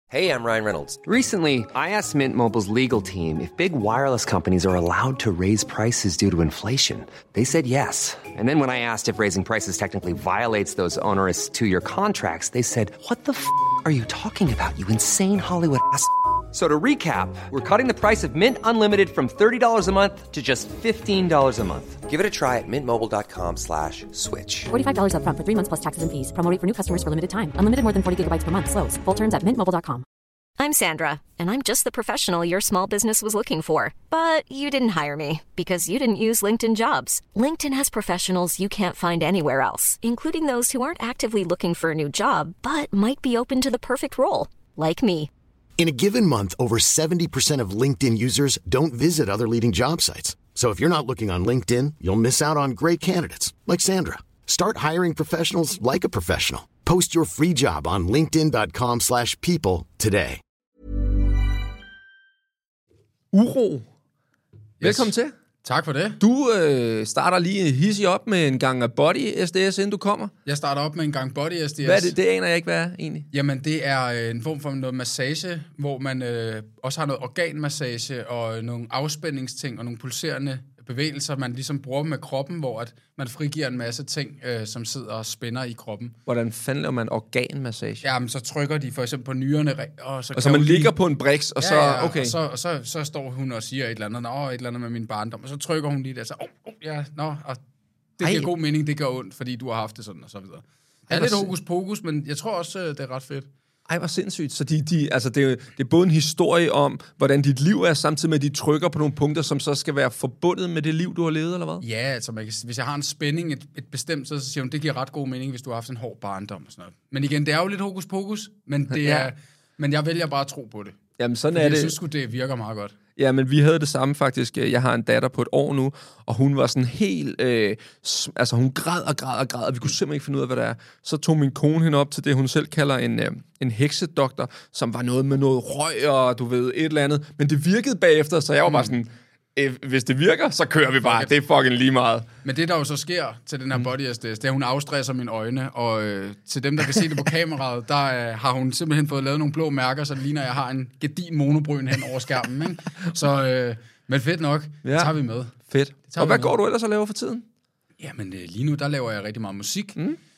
Hey, I'm Ryan Reynolds. Recently, I asked Mint Mobile's legal team if big wireless companies are allowed to raise prices due to inflation. They said yes. And then when I asked if raising prices technically violates those onerous two-year contracts, they said, "What the are you talking about, you insane Hollywood ass?" So to recap, we're cutting the price of Mint Unlimited from $30 a month to just $15 a month. Give it a try at mintmobile.com/switch. $45 up front for 3 months plus taxes and fees. Promo rate for new customers for limited time. Unlimited more than 40 gigabytes per month. Slows full terms at mintmobile.com. I'm Sandra, and I'm just the professional your small business was looking for. But you didn't hire me because you didn't use LinkedIn Jobs. LinkedIn has professionals you can't find anywhere else, including those who aren't actively looking for a new job, but might be open to the perfect role, like me. In a given month, over 70% of LinkedIn users don't visit other leading job sites. So if you're not looking on LinkedIn, you'll miss out on great candidates like Sandra. Start hiring professionals like a professional. Post your free job on linkedin.com/people today. Uro. Velkommen til. Tak for det. Du starter lige hissig op med en gang body SDS, inden du kommer. Jeg starter op med en gang body SDS. Hvad er det? Det aner jeg ikke, hvad er egentlig. Jamen, det er en form for noget massage, hvor man også har noget organmassage og nogle afspændingsting og nogle pulserende bevægelser, man ligesom bruger med kroppen, hvor at man frigiver en masse ting, som sidder og spænder i kroppen. Hvordan fanden laver man organmassage? Jamen, så trykker de for eksempel på nyrerne, og så man ligger på en briks, og okay. Og så står hun og siger et eller andet med min barndom, og så trykker hun lige der, så og det giver god mening, det gør ondt, fordi du har haft det sådan, og så videre. Det er lidt hokus pokus, men jeg tror også, det er ret fedt. Ej, hvor sindssygt. Så altså det er både en historie om, hvordan dit liv er, samtidig med, at de trykker på nogle punkter, som så skal være forbundet med det liv, du har levet, eller hvad? Ja, altså hvis jeg har en spænding et bestemt sted, så siger hun, det giver ret god mening, hvis du har haft en hård barndom og sådan noget. Men igen, det er jo lidt hokus pokus, men det er, men jeg vælger bare at tro på det. Jamen, sådan fordi er det. Jeg synes sgu, det virker meget godt. Ja, men vi havde det samme faktisk. Jeg har en datter på 1 år nu, og hun var sådan helt... altså, hun græd og vi kunne simpelthen ikke finde ud af, hvad det er. Så tog min kone hende op til det, hun selv kalder en heksedoktor, som var noget med noget røg og, du ved, et eller andet. Men det virkede bagefter, så jeg var bare sådan... Hvis det virker, så kører vi bare. Det er fucking lige meget. Men det, der jo så sker til den her body SDS, det er, at hun afstresser mine øjne, og til dem, der kan se det på kameraet, der har hun simpelthen fået lavet nogle blå mærker, så det ligner, at jeg har en gedin monobryn hen over skærmen. Ikke? Så, men fedt nok. Det tager vi med. Fedt. Og hvad går du ellers og laver for tiden? Jamen, lige nu, der laver jeg rigtig meget musik.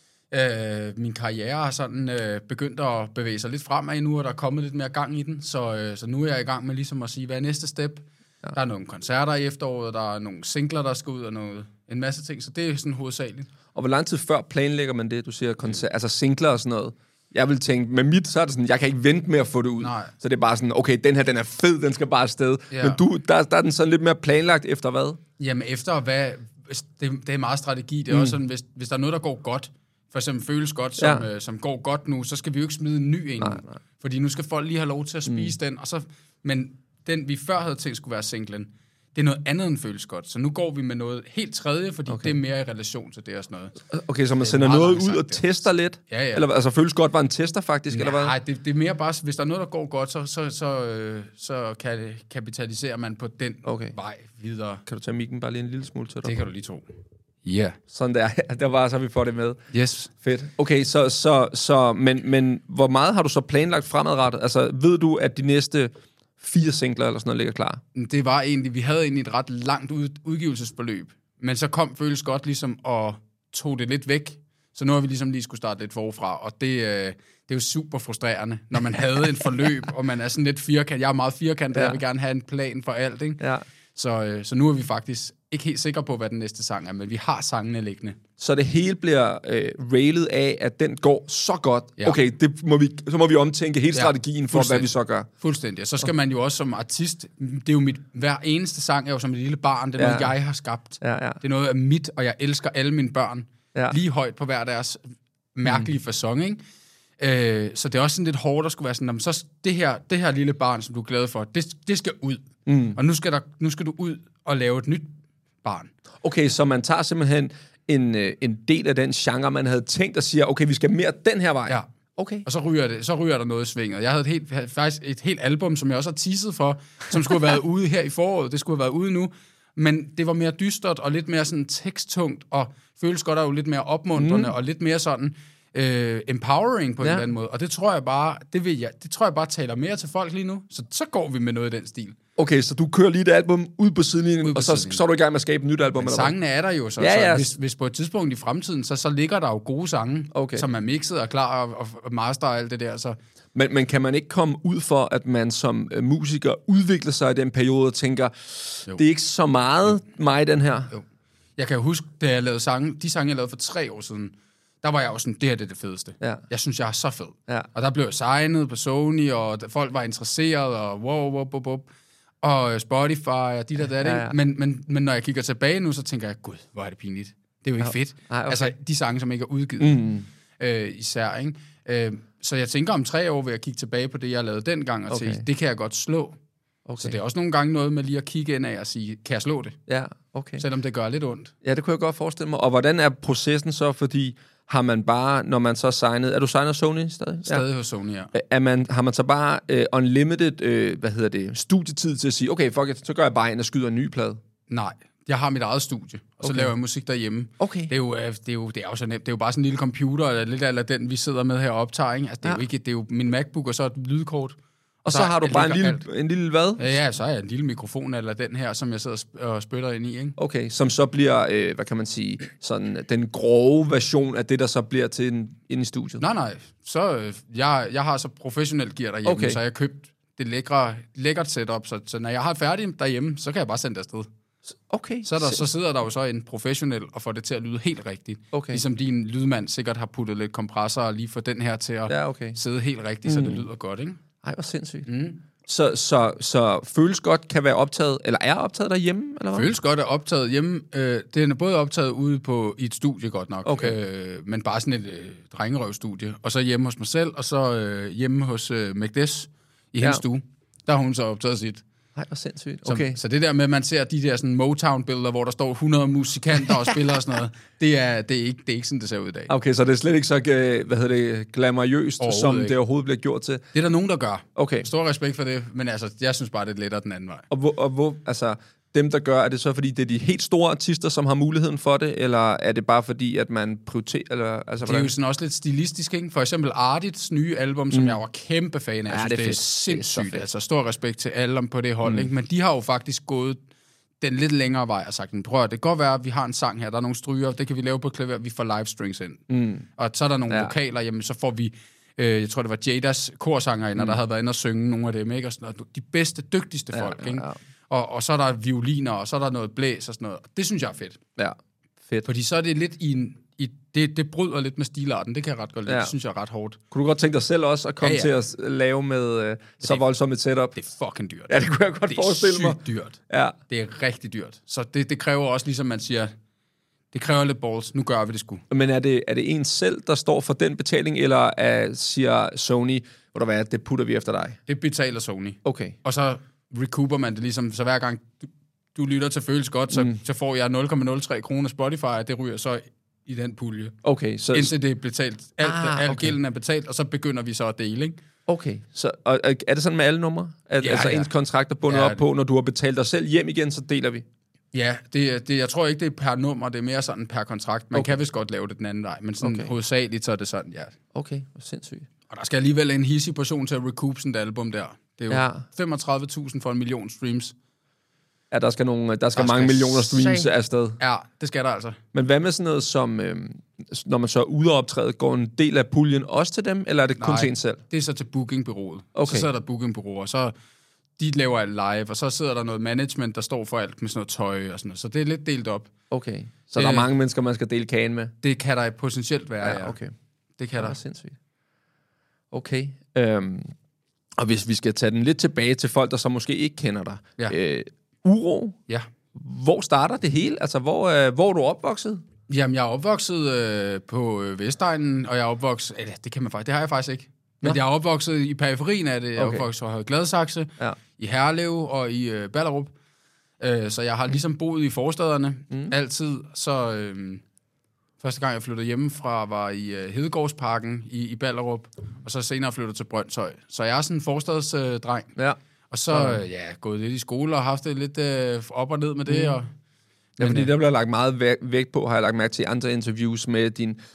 Min karriere har sådan begyndt at bevæge sig lidt fremad nu, og der er kommet lidt mere gang i den, så nu er jeg i gang med ligesom at sige, hvad er næste step? Ja. Der er nogle koncerter i efteråret, der er nogle singler, der skal ud, og en masse ting, så det er sådan hovedsageligt. Og hvor lang tid før planlægger man det, du siger, altså singler og sådan noget? Jeg vil tænke, med mit, så er det sådan, jeg kan ikke vente med at få det ud. Nej. Så det er bare sådan, okay, den her, den er fed, den skal bare afsted. Ja. Men der er den sådan lidt mere planlagt efter hvad? Jamen efter hvad, det er meget strategi. Det er også sådan, hvis der er noget, der går godt, for eksempel føles godt, som går godt nu, så skal vi jo ikke smide en ny en. Nej. Fordi nu skal folk lige have lov til at spise den, og så... Men den, vi før havde tænkt skulle være singlen, det er noget andet end føles godt. Så nu går vi med noget helt tredje, fordi det er mere i relation til det og sådan noget. Okay, så man sender noget ud og tester lidt? Ja. Eller altså, føles godt var en tester faktisk, eller hvad? Nej, det er mere bare, hvis der er noget, der går godt, så kapitaliserer man på den vej videre. Kan du tage mikken bare lige en lille smule til dig? Det kan du lige tro. Ja. Sådan der var, så vi får det med. Yes. Fedt. Okay, men hvor meget har du så planlagt fremadrettet? Altså, ved du, at de næste 4 singler eller sådan noget ligger klar? Det var egentlig, vi havde egentlig et ret langt udgivelsesforløb, men så føles godt ligesom og tog det lidt væk, så nu har vi ligesom lige skulle starte lidt forfra, og det er jo super frustrerende, når man havde en forløb, og man er sådan lidt firkantet. Jeg er meget firkantet, jeg vil gerne have en plan for alt, ikke? Ja. Så nu er vi faktisk ikke helt sikre på, hvad den næste sang er, men vi har sangene liggende. Så det hele bliver railet af, at den går så godt. Ja. Okay, så må vi omtænke hele strategien for, hvad vi så gør. Fuldstændig. Og så skal man jo også som artist, det er jo hver eneste sang er jo som et lille barn, det er noget, jeg har skabt. Ja. Det er noget af mit, og jeg elsker alle mine børn lige højt på hver deres mærkelige facon, ikke? Så det er også sådan lidt hårdt at skulle være sådan, så det her lille barn, som du er glad for, det skal ud. Og nu skal du ud og lave et nyt barn. Okay, så man tager simpelthen en del af den genre, man havde tænkt og siger, okay, vi skal mere den her vej. Ja. Okay. Og så ryger der noget i svinget. Jeg havde faktisk et helt album, som jeg også har teaset for, som skulle have været ude her i foråret. Det skulle have været ude nu. Men det var mere dystert og lidt mere sådan teksttungt, og føles godt og jo lidt mere opmuntrende, og lidt mere sådan, empowering på en eller anden måde. Og det tror jeg bare, taler mere til folk lige nu. Så går vi med noget i den stil. Okay, så du kører lige et album ud på sidelinjen, og så er du i gang med at skabe et nyt album? Men sangene er der jo, så hvis på et tidspunkt i fremtiden, så ligger der jo gode sange, som er mixet og klar og master og alt det der. Så. Men kan man ikke komme ud for, at man som musiker udvikler sig i den periode og tænker, det er ikke så meget mig, den her? Jo. Jeg kan jo huske, da jeg lavede sange, de sange, jeg lavede for 3 år siden, der var jeg jo sådan, det her det er det fedeste. Ja. Jeg synes, jeg er så fed. Ja. Og der blev jeg signet på Sony, og folk var interesseret, og wow. Og Spotify og dit og dat. Ja. Men når jeg kigger tilbage nu, så tænker jeg, gud, hvor er det pinligt. Det er jo ikke fedt. Okay. Altså, de sange, som ikke er udgivet. Især, ikke? Så jeg tænker, om 3 år vil jeg kigge tilbage på det, jeg lavede dengang, og tænke, det kan jeg godt slå. Okay. Så det er også nogle gange noget med lige at kigge ind af og sige, kan jeg slå det? Ja, okay. Selvom det gør lidt ondt. Ja, det kunne jeg godt forestille mig. Og hvordan er processen så, fordi har man bare, når man så er signet... Er du signet Sony stadig? Stadig hos Sony, ja. Har man så bare unlimited, studietid til at sige, okay, fuck it, så gør jeg bare ind og skyder en ny plade? Nej, jeg har mit eget studie, og så laver jeg musik derhjemme. Okay. Det er jo så nemt. Det er jo bare sådan en lille computer, eller lidt eller den, vi sidder med her og optager, ikke? Altså, det er jo min MacBook, og så et lydkort. Og så har du bare en lille hvad? Ja, så har jeg en lille mikrofon, eller den her, som jeg sidder og spytter ind i, ikke? Okay, som så bliver, hvad kan man sige, sådan den grove version af det, der så bliver til ind i studiet? Nej. Så jeg har så professionelt gear derhjemme, så jeg har købt det lækkert setup, så når jeg har færdigt derhjemme, så kan jeg bare sende det afsted. Okay. Så sidder der jo så en professionel og får det til at lyde helt rigtigt. Okay. Ligesom din lydmand sikkert har puttet lidt kompressor og lige få den her til at sidde helt rigtigt, så det lyder godt, ikke? Ej, hvor sindssygt. Så Føles Godt kan være optaget, eller er optaget derhjemme, eller hvad? Føles Godt er optaget hjemme. Den er både optaget ude i et studie, godt nok. Okay. Men bare sådan et drengerøvstudie. Og så hjemme hos mig selv, og så hjemme hos Magdes i hendes stue. Der har hun så optaget sit. Nej, hvor sindssygt. Okay. Så det der med, at man ser de der sådan Motown-billeder, hvor der står 100 musikanter og spiller og sådan noget, det er ikke sådan, det ser ud i dag. Okay, så det er slet ikke så, glamourøst, som det overhovedet bliver gjort til? Det er der nogen, der gør. Okay. Stor respekt for det, men altså, jeg synes bare, det er lettere den anden vej. Og hvor altså, dem, der gør, er det så, fordi det er de helt store artister, som har muligheden for det, eller er det bare fordi, at man prioriterer? Eller, altså, det er jo sådan også lidt stilistisk, ikke? For eksempel Ardits nye album, som jeg var kæmpe fan af. Jeg synes, det er sindssygt. Altså, stor respekt til alle på det hold, ikke? Men de har jo faktisk gået den lidt længere vej og sagt, prøv at det kan godt være, at vi har en sang her, der er nogle stryger, det kan vi lave på klaver, vi får live strings ind. Og så er der nogle vokaler, jamen så får vi... jeg tror, det var Jadas korsanger, der havde været inde og synge nogle af dem, ikke? Og sådan noget. De bedste, dygtigste folk, ikke? Og så er der violiner, og så er der noget blæs og sådan noget. Det synes jeg er fedt. Ja, fedt. Fordi så er det lidt det bryder lidt med stilarten. Det kan jeg ret godt lide. Det synes jeg er ret hårdt. Kunne du godt tænke dig selv også at komme til at lave med så voldsomt et setup? Det er fucking dyrt. Ja, det kunne jeg godt forestille mig. Det er sygt dyrt. Ja. Det er rigtig dyrt. Så det kræver også, ligesom man siger, det kræver lidt balls. Nu gør vi det sgu. Men er det en selv, der står for den betaling, eller siger Sony, hvor der hvad, det putter vi efter dig? Det betaler Sony. Okay. Og så recouper man det ligesom, så hver gang du lytter til Føles Godt, så får jeg 0,03 kroner Spotify, og det ryger så i den pulje. Okay, så... Indtil det er betalt. Alt gælden er betalt, og så begynder vi så at dele, ikke? Okay, så og er det sådan med alle numre? Altså ens kontrakt er bundet op på, når du har betalt dig selv hjem igen, så deler vi? Ja, jeg tror ikke, det er per nummer, det er mere sådan per kontrakt. Man kan vist godt lave det den anden vej, men sådan hovedsageligt, så er det sådan, ja. Okay, hvor sindssygt. Og der skal alligevel en hissig portion til at recoup sådan et album der. Det er jo 35.000 for 1 million streams. Ja, der skal mange millioner streams afsted. Ja, det skal der altså. Men hvad med sådan noget som, når man så er ude og optræde, går en del af puljen også til dem, eller er det kun til en selv? Det er så til bookingbureauet. Okay. Så sidder der bookingbureauer, så de laver alt live, og så sidder der noget management, der står for alt med sådan noget tøj og sådan noget. Så det er lidt delt op. Okay, så der er mange mennesker, man skal dele kagen med? Det kan der potentielt være, ja. Okay. Det kan der. Det er sindssygt. Okay. Og hvis vi skal tage den lidt tilbage til folk, der så måske ikke kender dig. Ja. Uro? Ja. Hvor starter det hele? Altså, hvor er du opvokset? Jamen, jeg er opvokset på Vestegnen, og jeg er opvokset... det har jeg faktisk ikke. Men jeg er opvokset i periferien af det. Jeg er opvokset i Gladsaxe, i Herlev og i Ballerup. Så jeg har ligesom boet i forstaderne altid. Så første gang, jeg flyttede hjemmefra, var i Hedegårdsparken i Ballerup, og så senere flyttede til Brøndshøj. Så jeg er sådan en forstadsdreng. Ja. Og så gået lidt i skole og haft det lidt op og ned med det. Og, fordi der bliver lagt meget vægt på, har jeg lagt mærke til andre interviews med din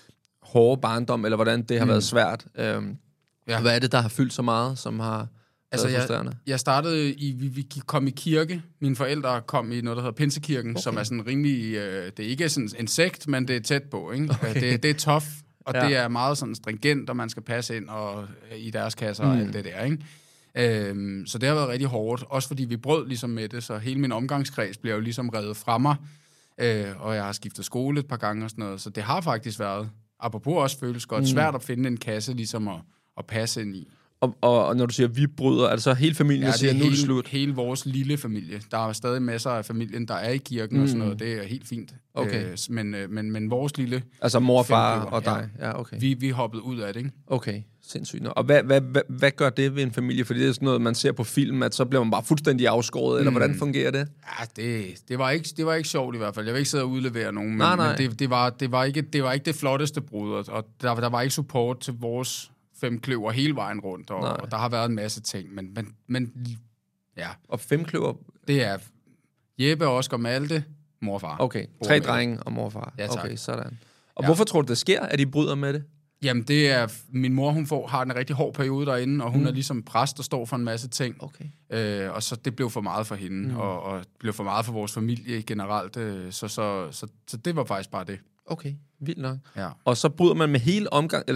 hårde barndom, eller hvordan det har været svært. Hvad er det, der har fyldt så meget, som har været frustrerende? Jeg startede vi kom i kirke. Mine forældre kom i noget, der hedder Pinsekirken, som er sådan rimelig... det er ikke sådan en sekt, men det er tæt på, ikke? Okay. Det er tough, og det er meget sådan stringent, og man skal passe ind og i deres kasser og alt det der, ikke? Så det har været rigtig hårdt, også fordi vi brød ligesom med det, så hele min omgangskreds bliver jo ligesom revet fra mig, og jeg har skiftet skole et par gange og sådan noget, så det har faktisk været, apropos også føles godt, svært at finde en kasse ligesom at passe ind i. Og når du siger, vi bryder, er det så hele familien, der siger, nu er det slut? Hele vores lille familie. Der er stadig masser af familien, der er i kirken og sådan noget. Det er helt fint. Okay. Men vores lille... Altså mor, far og dig? Ja, okay. Vi hoppede ud af det, ikke? Okay, sindssygt. Og hvad gør det ved en familie? Fordi det er sådan noget, man ser på film, at så bliver man bare fuldstændig afskåret, eller hvordan fungerer det? Ja, det var ikke sjovt i hvert fald. Jeg vil ikke sidde og udlevere nogen, men det var ikke det flotteste brud, og der var ikke support til vores 5 kløver hele vejen rundt, og der har været en masse ting, men ja. Og 5 kløver? Det er Jeppe, Oscar, Malte, mor og far. Okay, 3 drenge og mor og far. Ja, tak. Okay, sådan. Og hvorfor tror du, det sker, at de bryder med det? Jamen, det er... Min mor, hun har en rigtig hård periode derinde, og hun er ligesom præst, der står for en masse ting. Okay. Og så det blev for meget for hende, og blev for meget for vores familie generelt. Så det var faktisk bare det. Okay, vildt nok. Ja. Og så bryder man med hele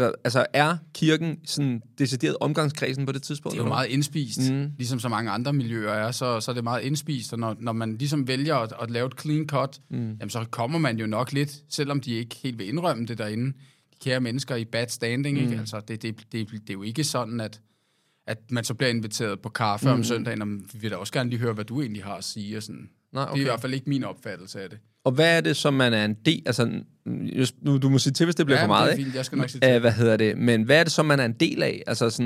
er kirken sådan decideret omgangskredsen på det tidspunkt? Det er jo meget indspist, ligesom så mange andre miljøer er, så er det meget indspist, og når man ligesom vælger at lave et clean cut, jamen, så kommer man jo nok lidt, selvom de ikke helt vil indrømme det derinde, de kære mennesker i bad standing, ikke? Altså, det er jo ikke sådan, at man så bliver inviteret på kaffe om søndagen, og vi vil da også gerne lige høre, hvad du egentlig har at sige, og sådan. Nej, okay. Det er i hvert fald ikke min opfattelse af det. Og hvad er det, som man er en del... Altså, du må sige til, hvis det bliver for meget, ikke? Jeg skal nok sige til. Men hvad er det, som man er en del af?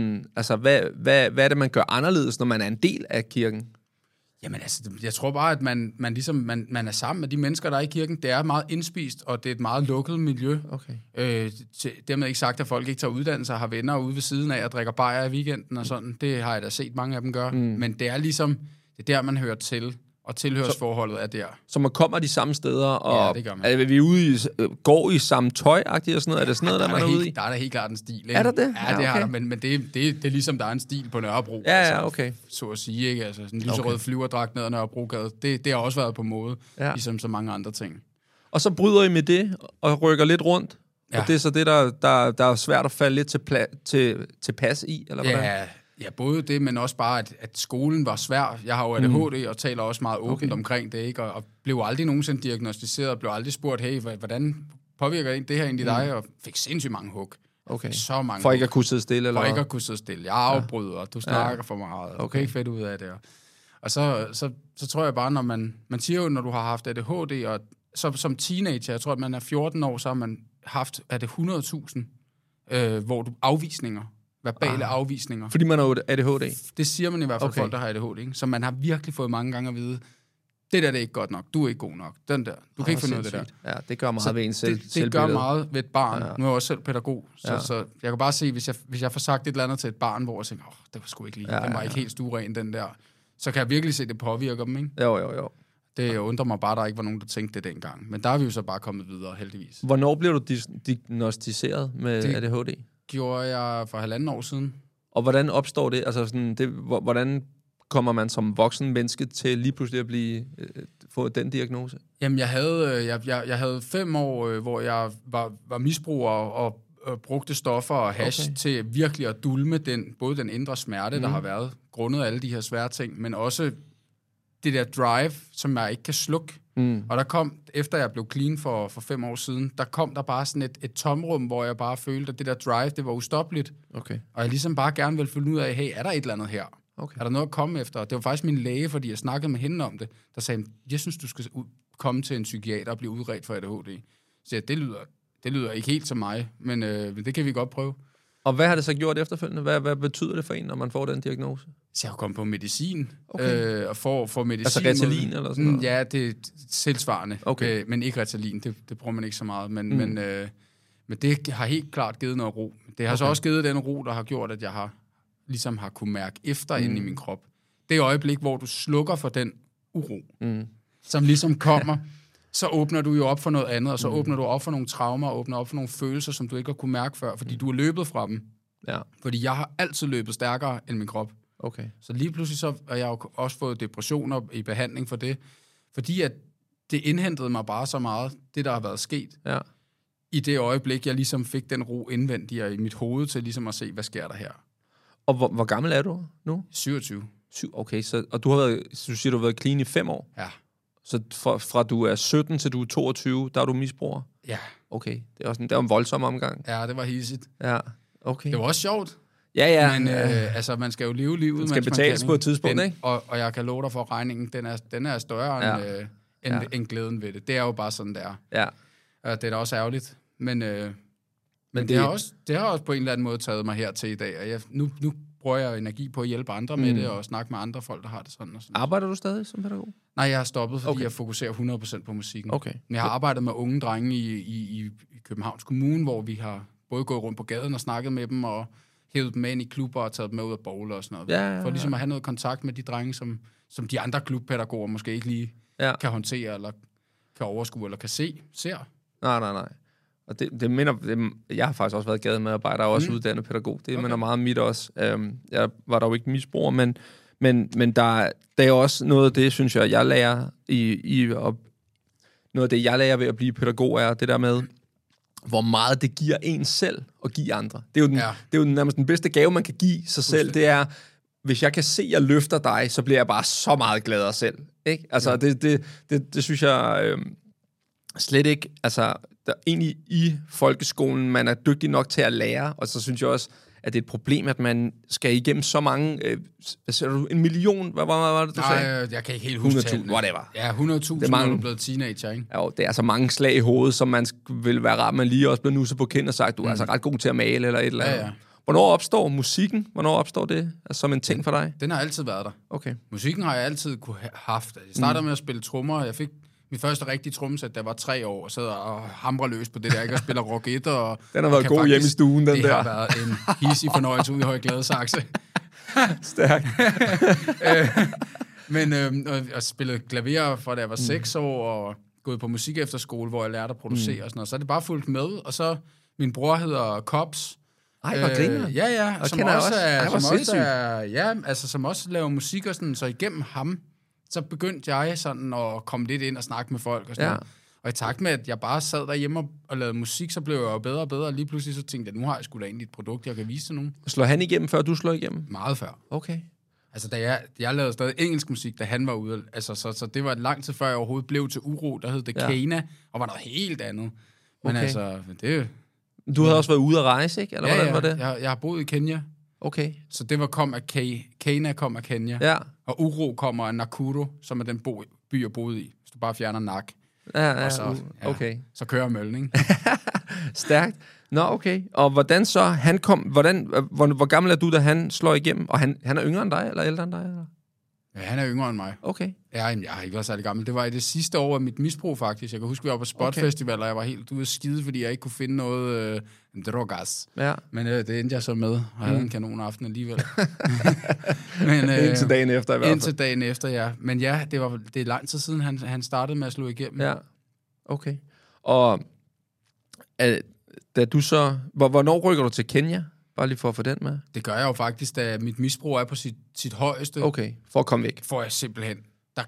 Hvad er det, man gør anderledes, når man er en del af kirken? Jamen altså, jeg tror bare, at man er sammen med de mennesker, der er i kirken. Det er meget indspist, og det er et meget lukket miljø. Okay. Dermed ikke sagt, at folk ikke tager uddannelse og har venner ude ved siden af og drikker bajer i weekenden og sådan. Det har jeg da set mange af dem gøre. Men det er ligesom, det er der, man hører til. Og tilhørsforholdet er der. Så man kommer de samme steder, og ja, det gør man. Er vi ude går i samme tøj-agtigt og sådan noget? Er det sådan noget, der man er ude i? Der er da helt klart en stil, ikke? Er der det? Ja, det okay. Har der, men det er ligesom, der er en stil på Nørrebro. Ja, okay. Så at sige, ikke? Altså, sådan en lyserød flyverdragt ned ad Nørrebrogade, det har også været på mode, ligesom så mange andre ting. Og så bryder I med det, og rykker lidt rundt? Ja. Og det er så det, der er svært at falde lidt til pas i, eller hvordan? Ja, både det, men også bare, at skolen var svær. Jeg har jo ADHD og taler også meget åbent omkring det, ikke? Og blev aldrig nogensinde diagnostiseret, og blev aldrig spurgt, hey, hvordan påvirker det her egentlig dig? Og fik sindssygt mange hug. Okay. Så mange for ikke at kunne sidde stille? Eller? For ikke at kunne sidde stille. Jeg afbryder, og du snakker for meget. Du kan ikke fedt ud af det. Og så tror jeg bare, når man siger jo, når du har haft ADHD, og så som teenager, jeg tror, at man er 14 år, så har man haft, er det 100.000, hvor du afvisninger. Verbale afvisninger. Fordi man har ADHD? Det siger man i hvert fald, folk, der har ADHD. Ikke? Så man har virkelig fået mange gange at vide, det der det er ikke godt nok, du er ikke god nok, den der, du kan ikke finde ud af det der. Ja, det gør meget ved en selv. Det gør meget ved et barn. Ja. Nu er jeg også selv pædagog, så jeg kan bare se, hvis jeg får sagt et eller andet til et barn, hvor jeg tænker, det var sgu ikke lige, den var ikke helt stueren, den der, så kan jeg virkelig se, det påvirker dem, ikke? Jo. Det undrer mig bare, der ikke var nogen, der tænkte det dengang. Men der er vi jo så bare kommet videre, heldigvis. Hvornår blev du diagnostiseret med ADHD? Gjorde jeg for 1,5 år siden. Og hvordan opstår det? Altså sådan, hvordan kommer man som voksen menneske til lige pludselig at få den diagnose? Jamen, jeg havde 5 år, hvor jeg var misbruger og brugte stoffer og hash til virkelig at dulme både den indre smerte, der har været, grundet af alle de her svære ting, men også det der drive, som jeg ikke kan slukke. Og der kom, efter jeg blev clean for 5 år siden, der kom der bare sådan et tomrum, hvor jeg bare følte, at det der drive, det var ustoppeligt. Okay. Og jeg ligesom bare gerne ville finde ud af, hey, er der et eller andet her? Okay. Er der noget at komme efter? Og det var faktisk min læge, fordi jeg snakkede med hende om det, der sagde, jeg synes, du skal komme til en psykiater og blive udredt for ADHD. Så det lyder ikke helt som mig, men det kan vi godt prøve. Og hvad har det så gjort efterfølgende? Hvad betyder det for en, når man får den diagnose? Så jeg har kommet på medicin, og får medicin. Altså Ritalin eller sådan noget? Ja, det er tilsvarende, men ikke Ritalin, det bruger man ikke så meget. Men det har helt klart givet noget ro. Det har så også givet den ro, der har gjort, at jeg ligesom har kunne mærke efter inde i min krop. Det øjeblik, hvor du slukker for den uro, som ligesom kommer, så åbner du jo op for noget andet, og så åbner du op for nogle traumer, og åbner op for nogle følelser, som du ikke har kunne mærke før, fordi du er løbet fra dem. Ja. Fordi jeg har altid løbet stærkere end min krop. Okay. Så lige pludselig så har jeg jo også fået depressioner i behandling for det, fordi at det indhentede mig bare så meget, det der har været sket. Ja. I det øjeblik, jeg ligesom fik den ro indvendig i mit hoved til ligesom at se, hvad sker der her. Og hvor gammel er du nu? 27. Okay, og du har været, du siger, du har været clean i 5 år? Ja. Så fra du er 17 til du er 22, der er du misbruger? Ja. Okay, det er en voldsom omgang. Ja, det var hissigt. Ja, okay. Det var også sjovt. Ja. Men altså, man skal jo leve livet, man skal betales på et tidspunkt, ikke? Og jeg kan love dig for, regningen, den er større end glæden ved det. Det er jo bare sådan, det er. Ja. Det er da også ærgerligt. Men det har også på en eller anden måde taget mig hertil i dag. Og nu bruger jeg energi på at hjælpe andre med det, og snakke med andre folk, der har det sådan og sådan. Arbejder du stadig som pædagog? Nej, jeg har stoppet, fordi jeg fokuserer 100% på musikken. Okay. Men jeg har arbejdet med unge drenge i Københavns Kommune, hvor vi har både gået rundt på gaden og snakket med dem, og hævet dem med ind i klubber og taget dem med ud af bowler og sådan noget. Ja. For ligesom at have noget kontakt med de drenge, som de andre klubpædagoger måske ikke lige kan håndtere, eller kan overskue, eller kan ser. Nej. Og det minder, jeg har faktisk også været gademedarbejder og også uddannet pædagog. Det minder meget om mit også. Jeg var der jo ikke misbruger, men der er jo også noget af det, synes jeg lærer noget af det, jeg lærer ved at blive pædagog, er det der med, hvor meget det giver en selv at give andre. Det er jo nærmest den bedste gave, man kan give sig selv. Det er, hvis jeg kan se, at jeg løfter dig, så bliver jeg bare så meget gladere selv. Ikke? Altså, det synes jeg slet ikke. Altså, der egentlig i folkeskolen, man er dygtig nok til at lære, og så synes jeg også, at det er et problem, at man skal igennem så mange... hvad siger du? 1 million? Hvad var det, du sagde? Nej, jeg kan ikke helt huske 100.000, whatever. Ja, 100.000, når du er blevet teenager, ikke? Ja, det er altså mange slag i hovedet, som man vil være ret, man lige også bliver nusset på kind og sagt, du er altså ret god til at male, eller et eller andet. Ja. Hvornår opstår musikken? Hvornår opstår det som en ting for dig? Den har altid været der. Okay. Musikken har jeg altid kunne haft. Jeg startede med at spille trommer, jeg fik min første rigtige trommesæt, der var 3 år, og sad og hamrer løs på det der, ikke? Og spiller rock 1, og... Den har været god hjemme i stuen, den det der. Det har været en hissig fornøjelse ude i Højgladsaxe. Stærkt. Men jeg spillede klaver fra da jeg var 6 år, og gået på musik efterskole, hvor jeg lærte at producere og sådan noget. Så er det bare fulgt med, og så min bror hedder Kops. Ej, hvor griner. Ja, og som også laver musik og sådan, så igennem ham, så begyndte jeg sådan at komme lidt ind og snakke med folk og sådan noget. Og i takt med, at jeg bare sad derhjemme og lavede musik, så blev jeg jo bedre og bedre, og lige pludselig så tænkte jeg, nu har jeg sgu da egentlig et produkt, jeg kan vise til nogen. Slår han igennem, før du slår igennem? Meget før. Okay. Altså, da jeg lavede stadig engelsk musik, da han var ude, altså, så det var lang tid før jeg overhovedet blev til Uro, der hed det Kana, og var noget helt andet. Men altså, det... Du havde også været ude at rejse, ikke? Eller hvordan var det? Jeg har boet i Kenya. Okay. Så det kom af Kana kom af Kenya. Ja. Og Uro kommer af Nakuru, som er den by, jeg boede i. Hvis du bare fjerner Nak. Ja, og så, okay. Så kører møllen, ikke? Stærkt. Nå, okay. Og hvordan så, han kom, hvor gammel er du, da han slår igennem? Og han er yngre end dig, eller ældre end dig? Eller? Ja, han er yngre end mig. Okay. Ja, jeg har ikke været særlig gammel. Det var i det sidste år af mit misbrug, faktisk. Jeg kan huske, vi var på Spot Festival, og jeg var helt ude at skide, fordi jeg ikke kunne finde noget drogas. Ja. Men det endte jeg så med, og havde en kanon aften alligevel. Men, indtil dagen efter i hvert fald. Indtil dagen efter, ja. Men ja, det er lang tid siden, han startede med at slå igennem. Ja, okay. Og da du så... Hvornår rykker du til Kenya? Bare lige for at få den med. Det gør jeg jo faktisk, da mit misbrug er på sit højeste. Okay, for at komme væk. For jeg simpelthen. Der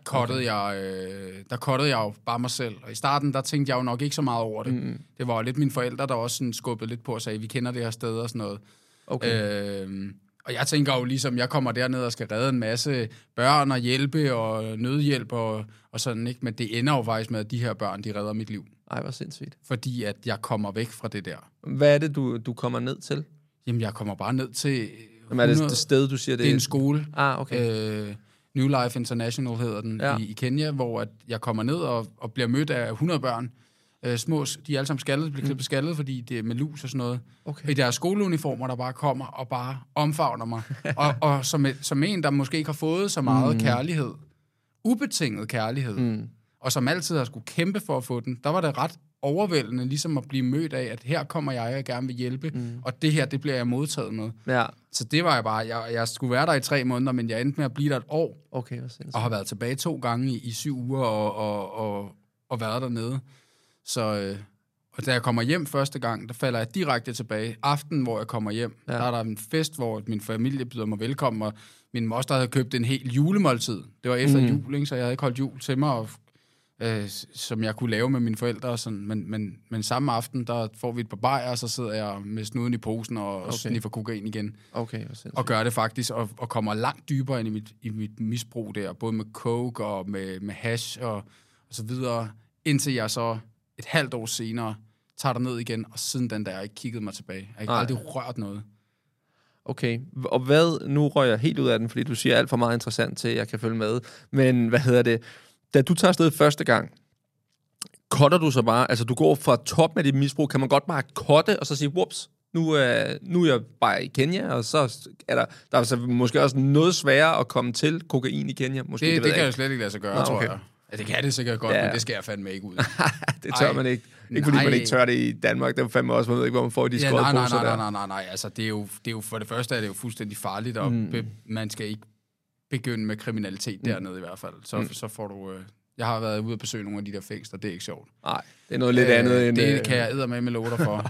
cuttede jeg jo bare mig selv. Og i starten, der tænkte jeg jo nok ikke så meget over det. Mm. Det var jo lidt mine forældre, der også sådan skubbede lidt på og sagde, vi kender det her sted og sådan noget. Okay. Og jeg tænker jo ligesom, jeg kommer derned og skal redde en masse børn og hjælpe og nødhjælp og sådan, ikke? Men det ender jo faktisk med, at de her børn, de redder mit liv. Ej, hvor sindssygt. Fordi at jeg kommer væk fra det der. Hvad er det, du kommer ned til? Jamen, jeg kommer bare ned til... Jamen, er det sted, du siger det? Det er en skole. Ah, okay. New Life International hedder den i Kenya, hvor at jeg kommer ned og bliver mødt af 100 børn. Små, de er alle sammen skaldet, bliver klippet skaldet, fordi det er med lus og sådan noget. Okay. I deres skoleuniformer, der bare kommer og bare omfavner mig. og som en, der måske ikke har fået så meget kærlighed, ubetinget kærlighed, og som altid har skulle kæmpe for at få den, der var det ret overvældende, ligesom at blive mødt af, at her kommer jeg gerne vil hjælpe, og det her, det bliver jeg modtaget med. Ja. Så det var jeg bare, jeg skulle være der i 3 måneder, men jeg endte med at blive der et år, okay, og har været tilbage 2 gange i 7 uger, og været dernede. Så, og da jeg kommer hjem første gang, der falder jeg direkte tilbage. Aften, hvor jeg kommer hjem, der er der en fest, hvor min familie byder mig velkommen, og min moster havde købt en hel julemåltid. Det var efter jul, ikke? Så jeg havde ikke holdt jul til mig, og, som jeg kunne lave med mine forældre. Og sådan. Men samme aften, der får vi et par bajer, og så sidder jeg med snuden i posen og sniffer kokain igen. Okay, og gør det faktisk, og kommer langt dybere ind i mit misbrug der, både med coke og med hash og så videre, indtil jeg så et halvt år senere tager der ned igen, og siden den der har jeg ikke kigget mig tilbage. Jeg har ikke aldrig rørt noget. Okay, og hvad, nu rører jeg helt ud af den, fordi du siger alt for meget interessant til, at jeg kan følge med, men da du tager afsted første gang, cutter du så bare, altså du går fra top med dit misbrug, kan man godt bare cutte, og så sige, whoops, nu er jeg bare i Kenya, og så er der er altså måske også noget sværere at komme til kokain i Kenya. Måske, det kan jeg slet ikke lade sig gøre, tror jeg. Ja, det kan det sikkert godt, men det skal jeg fandme ikke ud. Det tør man ikke. Ikke fordi man ikke tør det i Danmark, det er fandme også, man ved ikke, hvor man får de skåret på sig der. Nej, altså det er jo for det første er det jo fuldstændig farligt, og man skal ikke begynde med kriminalitet dernede i hvert fald. Så får du... Jeg har været ude at besøge nogle af de der fængsler, det er ikke sjovt. Nej, det er noget lidt andet end... Det kan jeg eddermame love dig for.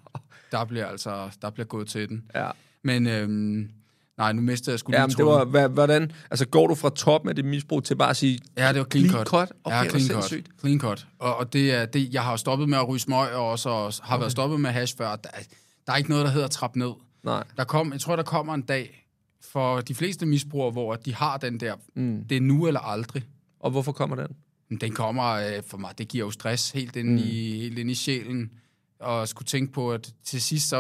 Der bliver gået til den. Ja. Men... Nej, nu mistede jeg sgu lige tråden. Det var, hvordan... Altså, går du fra top med det misbrug til bare at sige... Ja, det var clean cut. Okay, clean cut. Og det er det, jeg har stoppet med at ryge smøg, og også har været stoppet med hash før. Der er ikke noget, der hedder trap ned. Nej. Jeg tror, der kommer en dag for de fleste misbrugere, hvor de har den der... Det er nu eller aldrig. Og hvorfor kommer den? Den kommer for mig. Det giver jo stress helt ind i sjælen. Og skulle tænke på, at til sidst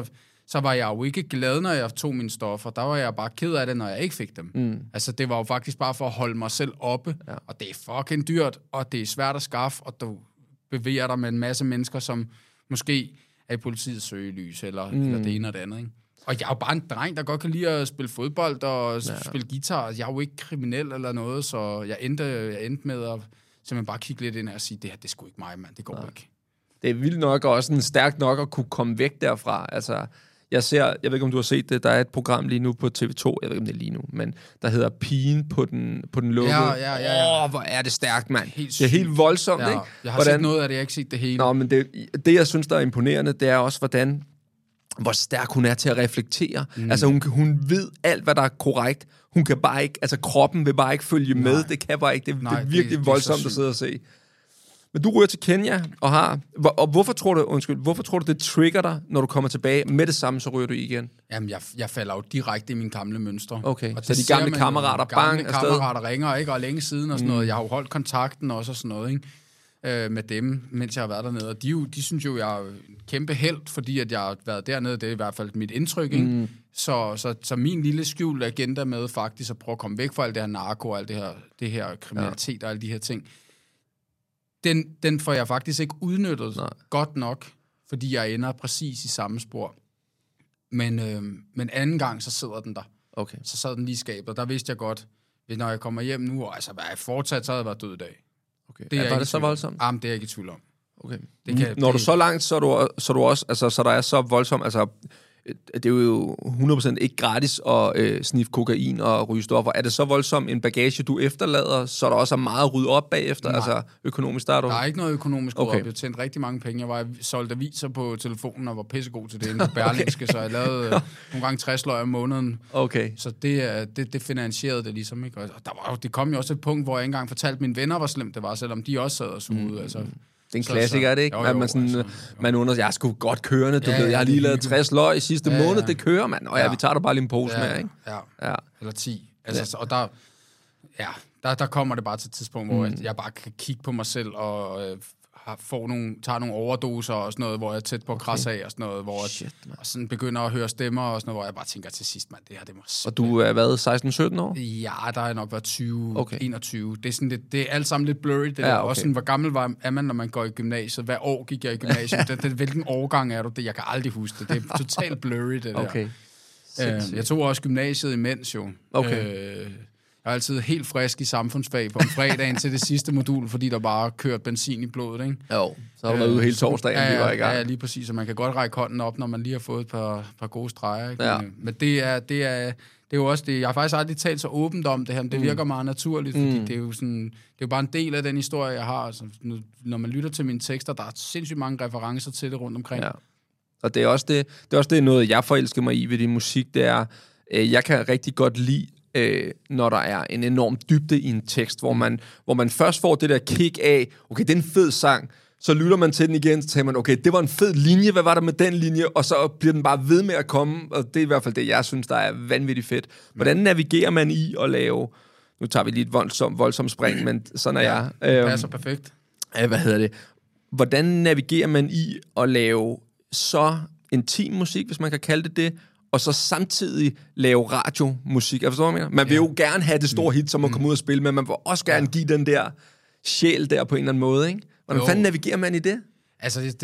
så var jeg jo ikke glad, når jeg tog mine stoffer. Der var jeg bare ked af det, når jeg ikke fik dem. Altså, det var jo faktisk bare for at holde mig selv oppe. Ja. Og det er fucking dyrt, og det er svært at skaffe, og du bevæger dig med en masse mennesker, som måske er i politiets søgelys, eller det ene og det andet, ikke? Og jeg er jo bare en dreng, der godt kan lide at spille fodbold og spille guitar. Jeg er jo ikke kriminel eller noget, så jeg endte med at simpelthen bare kigge lidt ind og sige, det her, det er sgu ikke mig, mand. Det går ikke. Det er vildt nok, og også stærkt nok at kunne komme væk derfra. Altså... Jeg ved ikke, om du har set det, der er et program lige nu på TV2, jeg ved ikke, om det er lige nu, men der hedder Pigen på den lukkede. Ja. Hvor er det stærkt, mand. Det er helt voldsomt, ikke? Jeg har set noget af det, jeg har ikke set det hele. Nå, men det, jeg synes, der er imponerende, det er også, hvor stærk hun er til at reflektere. Altså, hun ved alt, hvad der er korrekt. Hun kan bare ikke, altså kroppen vil bare ikke følge med. Det kan bare ikke. Det er virkelig voldsomt at sidde og se. Men du ryger til Kenya og hvorfor tror du, det trigger dig, når du kommer tilbage med det samme, så ryger du igen? Jamen, jeg falder jo direkte i mine gamle mønstre. Okay, og så de gamle kammerater, kammerater ringer, ikke? Og længe siden og sådan noget. Jeg har jo holdt kontakten også og sådan noget, ikke? Med dem, mens jeg har været dernede. Og de synes jo, jeg er en kæmpe helt, fordi at jeg har været dernede. Det er i hvert fald mit indtryk, ikke? Så min lille skjulte agenda med faktisk at prøve at komme væk fra alt det her narko og alt det her kriminalitet og alle de her ting, den får jeg faktisk ikke udnyttet godt nok, fordi jeg ender præcis i samme spor. Men anden gang, så sidder den der. Okay. Så sad den lige i skabet. Der vidste jeg godt, at når jeg kommer hjem nu, og altså, hvad jeg fortsat, så havde jeg været død i dag. Okay. Var det så voldsomt? Jamen, det er jeg ikke i tvivl om. Okay. Når du så langt, så er du også, altså, så der er så voldsomt, altså, det er jo 100% ikke gratis at sniffe kokain og ryge stoffer. Er det så voldsomt en bagage, du efterlader, så der også er meget at rydde op bagefter? Nej. Altså økonomisk der er du? Der er ikke noget økonomisk op. Jeg tjente rigtig mange penge. Jeg solgte aviser på telefonen og var pissegod til det inde på Berlingske, så jeg lavede nogle gange 60 løg om måneden. Okay. Så det finansierede det ligesom, ikke? Og det kom jo også et punkt, hvor jeg ikke engang fortalte mine venner, hvor slemt det var, selvom de også sad og sugede. Altså. Det er en klassiker, er det ikke? Jo, man jeg er sgu godt kørende, du ved, jeg har lige lavet 60 løg i sidste måned, det kører, mand. Og vi tager da bare lige en pose med, ikke? Ja. Eller 10. Altså, og der kommer det bare til et tidspunkt, hvor jeg bare kan kigge på mig selv og tager nogle overdoser og sådan noget, hvor jeg er tæt på at krasse af og sådan noget, hvor og sådan begynder at høre stemmer og sådan noget, hvor jeg bare tænker til sidst, mand, det her, det må... Og du er hvad, 16-17 år? Ja, der er nok været 21. Det er sådan lidt, det er alt sammen lidt blurry, det der. Også sådan, hvor gammel er man, når man går i gymnasiet? Hvad år gik jeg i gymnasiet? Hvilken årgang er du? Det jeg kan aldrig huske det. Det er totalt blurry, det der. Okay. Jeg tog også gymnasiet imens jo. Okay. Jeg er altid helt frisk i samfundsfag på fredagen til det sidste modul, fordi der bare kørt benzin i blodet, ikke? Jo, så har du været ude hele torsdagen, vi var i gang. Ja, lige præcis, og man kan godt række hånden op, når man lige har fået et par gode streger, ikke? Ja. Men det er det er jo også det. Jeg har faktisk aldrig talt så åbent om det her, men det virker meget naturligt, fordi det er jo sådan, det er jo bare en del af den historie, jeg har. Altså, når man lytter til mine tekster, der er sindssygt mange referencer til det rundt omkring. Ja. Og det er også det, noget, jeg forelsker mig i ved din musik, det er, jeg kan rigtig godt lide, når der er en enorm dybde i en tekst, hvor man først får det der kick af, okay, det er en fed sang, så lytter man til den igen, så tænker man, okay, det var en fed linje, hvad var der med den linje? Og så bliver den bare ved med at komme, og det er i hvert fald det, jeg synes, der er vanvittigt fedt. Hvordan navigerer man i at lave, nu tager vi lige et voldsomt spring, men sådan er jeg. Det passer perfekt. Hvordan navigerer man i at lave så intim musik, hvis man kan kalde det, og så samtidig lave radiomusik? Jeg forstår, hvad jeg mener? Man vil jo gerne have det store hit, som man kommer ud og spille, men man vil også gerne give den der sjæl der på en eller anden måde, ikke? Hvordan fanden navigerer man i det? Altså,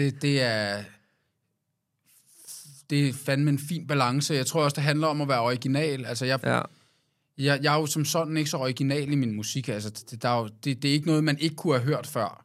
det er fandme en fin balance. Jeg tror også, det handler om at være original. Altså, jeg er jo som sådan ikke så original i min musik. Altså, det er ikke noget, man ikke kunne have hørt før.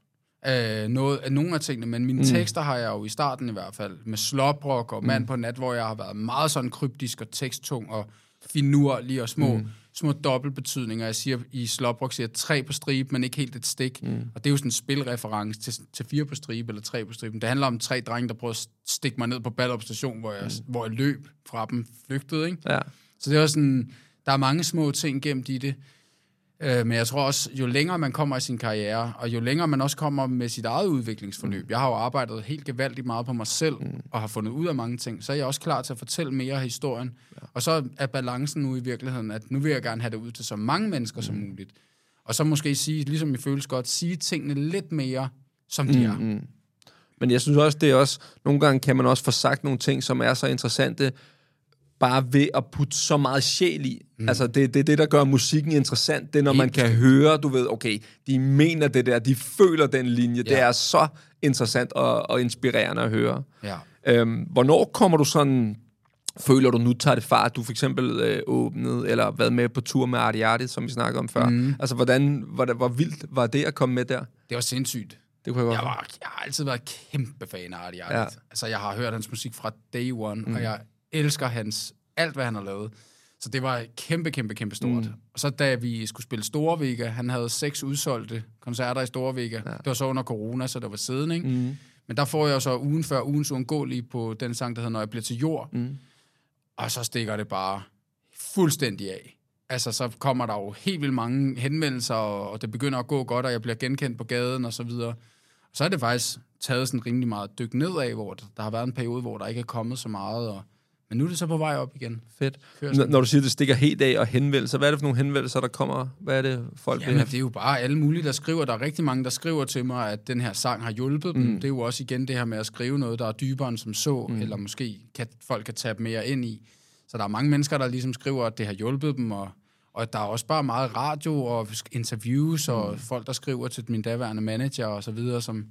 Nogle af tingene, men mine tekster har jeg jo i starten i hvert fald, med sloprock og Mand på nat, hvor jeg har været meget sådan kryptisk og teksttung og finurlig og små dobbeltbetydninger. Jeg siger i sloprock, siger 3 på stribe, men ikke helt et stik. Og det er jo sådan en spilreference til 4 på stribe eller 3 på stribe. Det handler om 3 drenge, der prøver at stikke mig ned på Ballerup Station, hvor jeg løb fra dem, flygtede, ikke? Ja. Så det er sådan, der er mange små ting gemt i det. Men jeg tror også, jo længere man kommer i sin karriere, og jo længere man også kommer med sit eget udviklingsforløb. Jeg har jo arbejdet helt gevaldigt meget på mig selv, og har fundet ud af mange ting, så er jeg også klar til at fortælle mere af historien. Ja. Og så er balancen nu i virkeligheden, at nu vil jeg gerne have det ud til så mange mennesker som muligt. Og så måske sige, ligesom I føles godt, sige tingene lidt mere, som de er. Men jeg synes også, det er også, nogle gange kan man også få sagt nogle ting, som er så interessante, bare ved at putte så meget sjæl i. Altså, det er det, der gør musikken interessant. Det er, når man kan høre, du ved, okay, de mener det der, de føler den linje. Det er så interessant og inspirerende at høre. Ja. Hvornår kommer du sådan, føler du nu tager det fart? Du for eksempel åbnede, eller været med på tur med Artie Artie, som vi snakkede om før. Altså, hvor vildt var det at komme med der? Det var sindssygt. Det kunne jeg har altid været kæmpe fan af Artie Artie. Ja. Altså, jeg har hørt hans musik fra day one, og jeg elsker alt, hvad han har lavet. Så det var kæmpe stort. Og så da vi skulle spille Storvega, han havde 6 udsolgte koncerter i Storvega. Ja. Det var så under corona, så der var siden, ikke? Men der får jeg så ugen før ugens uundgåelige på den sang, der hedder Når jeg bliver til jord. Og så stikker det bare fuldstændig af. Altså, så kommer der jo helt vildt mange henvendelser, og det begynder at gå godt, og jeg bliver genkendt på gaden, og så videre. Så er det faktisk taget sådan rimelig meget dyk nedad, hvor der har været en periode, hvor der ikke er kommet så meget, men nu er det så på vej op igen. Fedt. Når du siger, det stikker helt af og henvendelser, hvad er det for nogle henvendelser, der kommer? Hvad er det, folk vil have? Det er jo bare alle mulige, der skriver. Der er rigtig mange, der skriver til mig, at den her sang har hjulpet dem. Det er jo også igen det her med at skrive noget, der er dybere end som så, eller måske folk kan tabe mere ind i. Så der er mange mennesker, der ligesom skriver, at det har hjulpet dem, og der er også bare meget radio og interviews, og folk, der skriver til min daværende manager og så videre, som...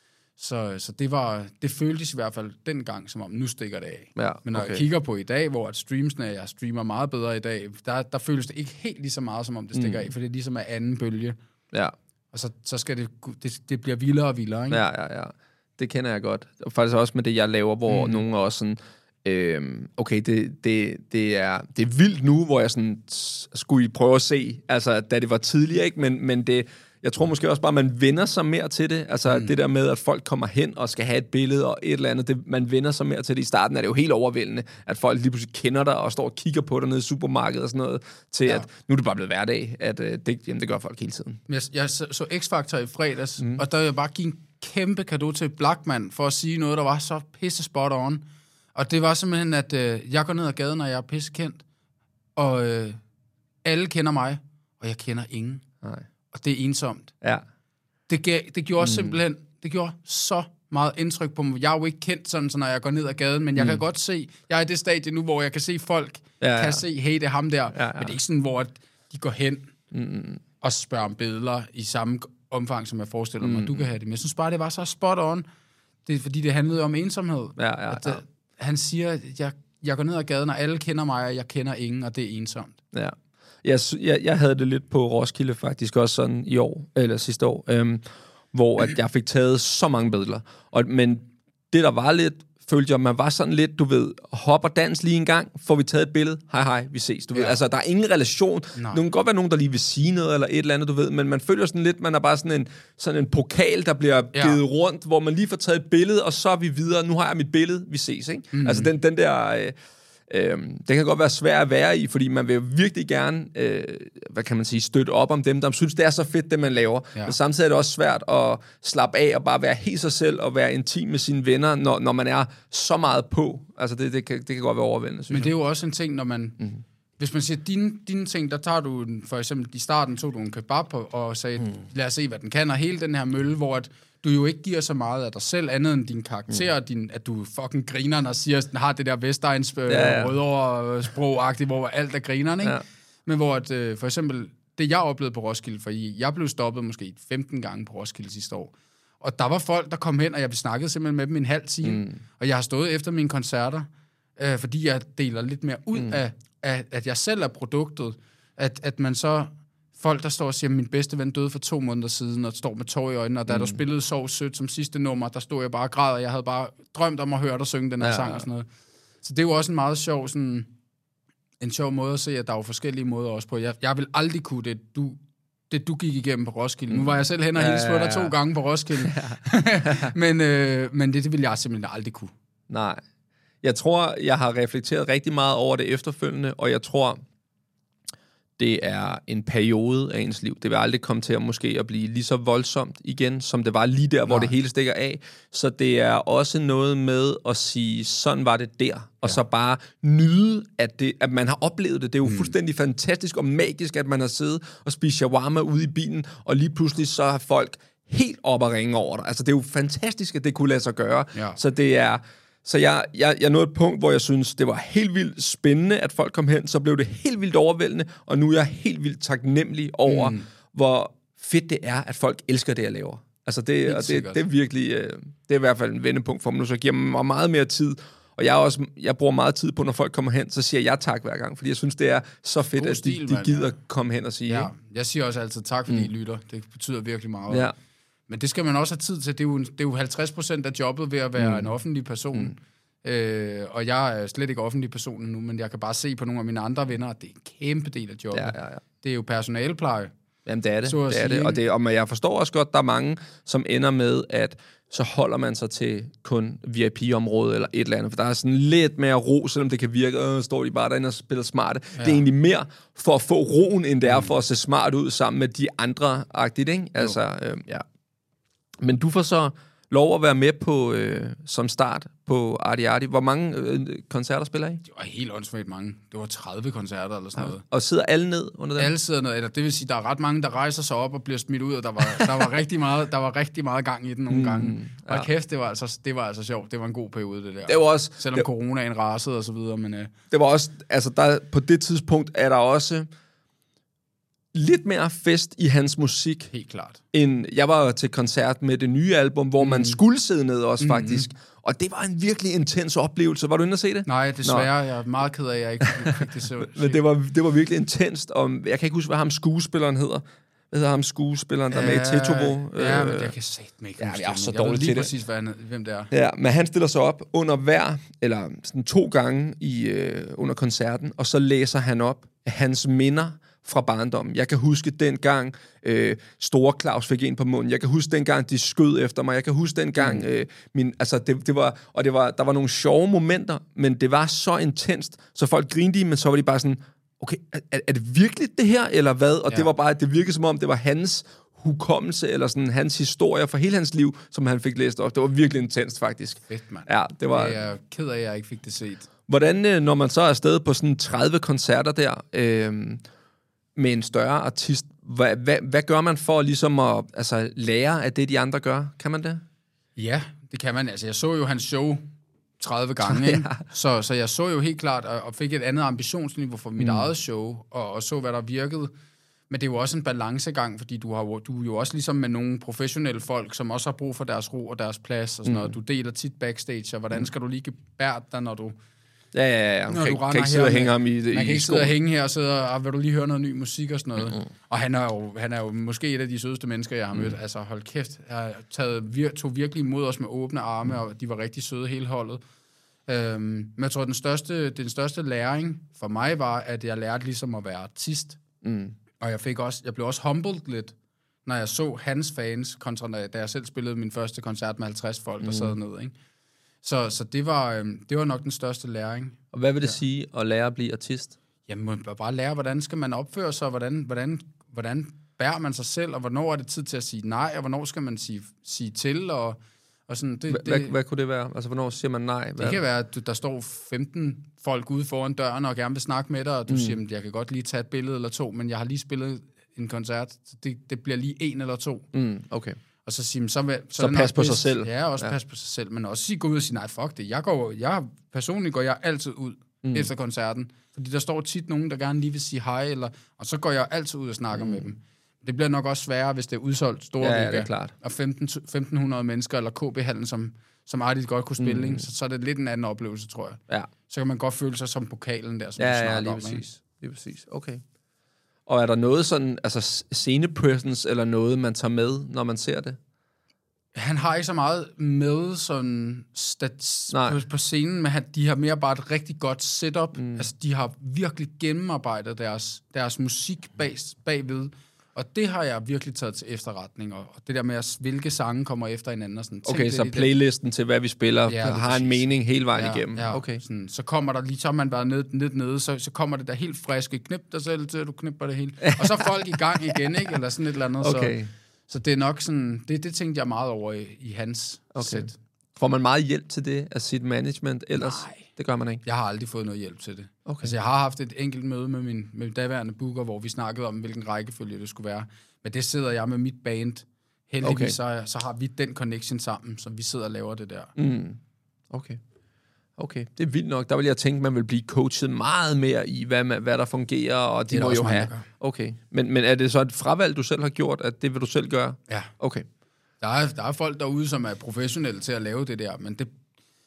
Så det føltes i hvert fald dengang, som om nu stikker det af. Ja, men når jeg kigger på i dag, hvor at jeg streamer meget bedre i dag, der føles det ikke helt lige så meget, som om det stikker af, for det er ligesom af anden bølge. Ja. Og så skal det bliver vildere og vildere, ikke? Ja. Det kender jeg godt. Og faktisk også med det, jeg laver, hvor nogen er også sådan... okay, det er vildt nu, hvor jeg sådan skulle prøve at se, altså da det var tidligere, ikke? Men det... Jeg tror måske også bare, at man vender sig mere til det. Altså det der med, at folk kommer hen og skal have et billede og et eller andet, man vender sig mere til det. I starten er det jo helt overvældende, at folk lige pludselig kender dig og står og kigger på dig nede i supermarkedet og sådan noget, til at nu er det bare blevet hverdag, at det gør folk hele tiden. Jeg så X-Factor i fredags, og der vil jeg bare give en kæmpe cadeau til Blackman for at sige noget, der var så pisse spot on. Og det var simpelthen, at jeg går ned ad gaden, og jeg er pissekendt, og alle kender mig, og jeg kender ingen. Nej. Og det er ensomt. Ja. Det gjorde simpelthen, det gjorde så meget indtryk på mig. Jeg er jo ikke kendt sådan, så når jeg går ned ad gaden, men jeg kan godt se, jeg er i det stadie nu, hvor jeg kan se folk, kan se, hey, det er ham der. Ja. Men det er ikke sådan, hvor de går hen og spørger om billeder i samme omfang, som jeg forestiller mig, du kan have det. Men jeg synes bare, det var så spot on, fordi det handlede om ensomhed. Ja. Han siger, at jeg går ned ad gaden, og alle kender mig, og jeg kender ingen, og det er ensomt. Ja. Jeg havde det lidt på Roskilde faktisk også sådan i år, eller sidste år, hvor at jeg fik taget så mange billeder. Men det, der var lidt følte jeg, man var sådan lidt, du ved, hopper dans lige en gang, får vi taget et billede, hej, vi ses, du ved. Altså, der er ingen relation. Der kan godt være nogen, der lige vil sige noget, eller et eller andet, du ved, men man føler sådan lidt, man er bare sådan en pokal, der bliver givet rundt, hvor man lige får taget et billede, og så er vi videre. Nu har jeg mit billede, vi ses, ikke? Altså, den der... det kan godt være svært at være i, fordi man vil virkelig gerne, hvad kan man sige, støtte op om dem, der synes, det er så fedt, det man laver. Ja. Men samtidig er det også svært at slappe af og bare være helt sig selv og være intim med sine venner, når man er så meget på. Altså, det kan godt være overvældende, synes jeg. Men det er jo også en ting, når man... Hvis man siger, dine ting, der tager du, for eksempel i starten, tog du en kebab og sagde, lad os se, hvad den kan, og hele den her mølle, hvor at du jo ikke giver så meget af dig selv, andet end din karakter, at du fucking griner, og siger, den har det der Vestegns Rødovre-sprog-agtigt, hvor alt er grineren, ikke? Ja. Men hvor at, for eksempel, det jeg oplevede på Roskilde, for jeg blev stoppet måske 15 gange på Roskilde sidste år, og der var folk, der kom hen, og jeg snakkede simpelthen med dem i en halv time, og jeg har stået efter mine koncerter, fordi jeg deler lidt mere ud af, at jeg selv er produktet, at man så... Folk, der står og siger, min bedste ven døde for 2 måneder siden, og står med tår i øjnene, og da du spillede Sov Sødt som sidste nummer, der stod jeg bare og græd, og jeg havde bare drømt om at høre dig synge den her sang og sådan noget. Så det er jo også en meget sjov, sådan, en sjov måde at se, at der er jo forskellige måder også på. Jeg vil aldrig kunne det, du gik igennem på Roskilde. Nu var jeg selv hen og hilse på dig 2 gange på Roskilde. men det vil jeg simpelthen aldrig kunne. Nej. Jeg tror, jeg har reflekteret rigtig meget over det efterfølgende, og jeg tror... Det er en periode af ens liv. Det vil aldrig komme til at måske at blive lige så voldsomt igen, som det var lige der, hvor det hele stikker af. Så det er også noget med at sige, sådan var det der. Og så bare nyde, at man har oplevet det. Det er jo fuldstændig fantastisk og magisk, at man har siddet og spist shawarma ude i bilen, og lige pludselig så har folk helt op at ringe over dig. Altså, det er jo fantastisk, at det kunne lade sig gøre. Ja. Så det er... Så jeg nåede et punkt, hvor jeg synes, det var helt vildt spændende, at folk kom hen. Så blev det helt vildt overvældende, og nu er jeg helt vildt taknemmelig over, hvor fedt det er, at folk elsker det, jeg laver. Altså det er virkelig, det er i hvert fald en vendepunkt for mig nu, så giver mig meget mere tid. Og jeg bruger meget tid på, når folk kommer hen, så siger jeg tak hver gang, fordi jeg synes, det er så fedt, god stil, at de gider komme hen og sige. Ja, jeg siger også altid tak, fordi I lytter. Det betyder virkelig meget. Ja. Men det skal man også have tid til. Det er jo 50% af jobbet ved at være en offentlig person. Og jeg er slet ikke offentlig person nu, men jeg kan bare se på nogle af mine andre venner, at det er en kæmpe del af jobbet. Ja. Det er jo personalepleje. Jamen, det er det. Og jeg forstår også godt, at der er mange, som ender med, at så holder man sig til kun VIP-området eller et eller andet, for der er sådan lidt mere ro, selvom det kan virke, står de bare derinde og spiller smarte. Ja. Det er egentlig mere for at få roen, end det er for at se smart ud sammen med de andre-agtigt, ikke? Altså, ja. Men du får så lov at være med på som start på Arti Arti. Hvor mange koncerter spiller I? Det var helt åndssvagt mange. Det var 30 koncerter eller sådan noget. Og sidder alle ned under dem? Alle sidder ned, eller det vil sige, der er ret mange, der rejser sig op og bliver smidt ud, og der var rigtig meget gang i den nogle gange. Og kæft, det var altså sjovt. Det var en god periode, det der. Det var også, selvom coronaen rasede og så videre, men... Det var også, altså der, på det tidspunkt er der også... lidt mere fest i hans musik. Helt klart. Jeg var til koncert med det nye album, hvor man skulle sidde ned også, faktisk. Og det var en virkelig intens oplevelse. Var du inde at se det? Nej, desværre. Jeg er meget ked af, at jeg ikke fik det så. Men det var virkelig intenst. Og jeg kan ikke huske, hvad ham skuespilleren hedder. Hvad hedder ham skuespilleren, der er med i Tetovo? Ja, men jeg kan satme ikke huske. Jeg er så dårlig til det. Præcis, hvem det er. Ja, men han stiller sig op under eller sådan 2 gange under koncerten, og så læser han op hans minder fra barndommen. Jeg kan huske dengang Store Claus fik en på munden. Jeg kan huske dengang de skød efter mig. Jeg kan huske dengang der var nogle sjove momenter, men det var så intenst, så folk grinede, men så var de bare sådan, okay, er det virkelig det her, eller hvad? Og det var bare, det virkede som om, det var hans hukommelse, eller sådan hans historie for hele hans liv, som han fik læst op. Det var virkelig intenst, faktisk. Fedt, mand. Ja, det var... Jeg er ked af, at jeg ikke fik det set. Hvordan, når man så er afsted på sådan 30 koncerter der, med en større artist, hvad gør man for ligesom at lære af det, de andre gør? Kan man det? Ja, det kan man. Altså, jeg så jo hans show 30 gange, ikke? Så jeg så jo helt klart, og fik et andet ambitionsniveau for mit eget show, og så, hvad der virkede. Men det er jo også en balancegang, fordi du er jo også ligesom med nogle professionelle folk, som også har brug for deres ro og deres plads, og sådan noget. Du deler tit backstage, og hvordan skal du lige gebære dig, når du Ja. Kan ikke sidde og hænge ham i Man kan ikke sidde og hænge her og sidde og vil du lige høre noget ny musik og sådan noget. Mm-hmm. Og han er jo måske et af de sødeste mennesker, jeg har mødt. Altså, hold kæft. Jeg tog virkelig imod os med åbne arme, og de var rigtig søde hele holdet. Men jeg tror, den største læring for mig var, at jeg lærte ligesom at være artist. Mm. Og jeg blev også humbled lidt, når jeg så hans fans, kontra da jeg selv spillede min første koncert med 50 folk, der sad ned, ikke? Så det var nok den største læring. Og hvad vil det sige at lære at blive artist? Jamen, man bør bare lære, hvordan skal man opføre sig, hvordan bærer man sig selv, og hvornår er det tid til at sige nej, og hvornår skal man sige til, og sådan. Hvad kunne det være? Altså, hvornår siger man nej? Det kan være, at der står 15 folk ude foran døren, og gerne vil snakke med dig, og du siger, jeg kan godt lige tage et billede eller to, men jeg har lige spillet en koncert, så det bliver lige 1 eller 2. Okay. Og så sige, så pas på sig selv. Ja, også pas på sig selv, men også gå ud og sige, nej, fuck det. Personligt går jeg altid ud efter koncerten, fordi der står tit nogen, der gerne lige vil sige hej, og så går jeg altid ud og snakker med dem. Det bliver nok også sværere, hvis det er udsolgt store ja, det er klart. Og 1.500 mennesker, eller KB-hallen, som Artis godt kunne spille, så er det lidt en anden oplevelse, tror jeg. Ja. Så kan man godt føle sig som pokalen der, som du snakker om. Lige præcis. Okay. Og er der noget sådan, altså scenepresence, eller noget, man tager med, når man ser det? Han har ikke så meget med sådan på scenen, men de har mere bare et rigtig godt setup. Altså, de har virkelig gennemarbejdet deres musik bagved, og det har jeg virkelig taget til efterretning, og det der med, hvilke sange kommer efter hinanden. Og sådan. Okay, så playlisten til, hvad vi spiller, har en mening hele vejen igennem. Ja, okay. Sådan, så kommer der lige, så man bare nede, så kommer det der helt friske, knip dig selv til, du knipper det hele. Og så er folk i gang igen, ikke? Eller sådan et eller andet. Okay. Så det er nok sådan, det tænkte jeg meget over i hans sæt. Får man meget hjælp til det af sit management ellers? Nej. Det gør man ikke? Jeg har aldrig fået noget hjælp til det. Okay. Altså, jeg har haft et enkelt møde med min daværende booker, hvor vi snakkede om, hvilken rækkefølge det skulle være. Men det sidder jeg med mit band. Heldigvis så har vi den connection sammen, så vi sidder og laver det der. Okay, det er vildt nok. Der vil jeg tænke, man vil blive coachet meget mere i, hvad der fungerer, og de må jo have. Okay, men er det så et fravalg, du selv har gjort, at det vil du selv gøre? Ja. Okay. Der er folk derude, som er professionelle til at lave det der, men det...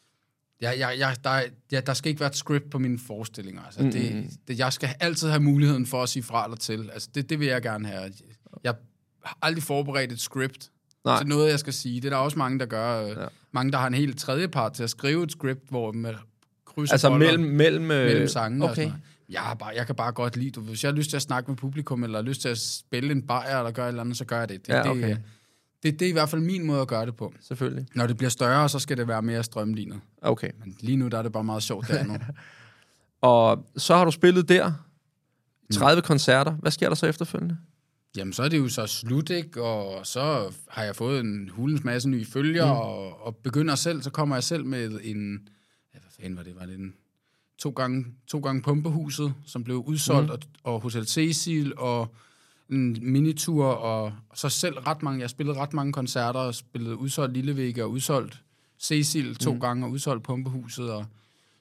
der skal ikke være et script på mine forestillinger. Altså, jeg skal altid have muligheden for at sige fra eller til. Altså, det vil jeg gerne have. Jeg har aldrig forberedt et script til noget, jeg skal sige. Det er der også mange, der gør. Mange, der har en helt tredje part til at skrive et script, hvor man krydser altså mellem sange. Okay. Jeg kan bare godt lide, hvis jeg har lyst til at snakke med publikum, eller har lyst til at spille en bajer, eller gøre et eller andet, så gør jeg det. Det er i hvert fald min måde at gøre det på. Selvfølgelig. Når det bliver større, så skal det være mere strømlignet. Okay. Men lige nu, der er det bare meget sjovt derinde. Og så har du spillet der 30 koncerter. Hvad sker der så efterfølgende? Jamen, så er det jo så slut, ikke? Og så har jeg fået en hulens masse nye følgere, og begynder selv, så kommer jeg selv med en... Ja, hvad fanden var det? Var det en... To gange Pumpehuset, som blev udsolgt, og Hotel Cecil, og en minitur, og så selv jeg spillede ret mange koncerter, og spillede udsolgt Lillevægge og udsolgt Cecil 2 gange, og udsolgt Pumpehuset, og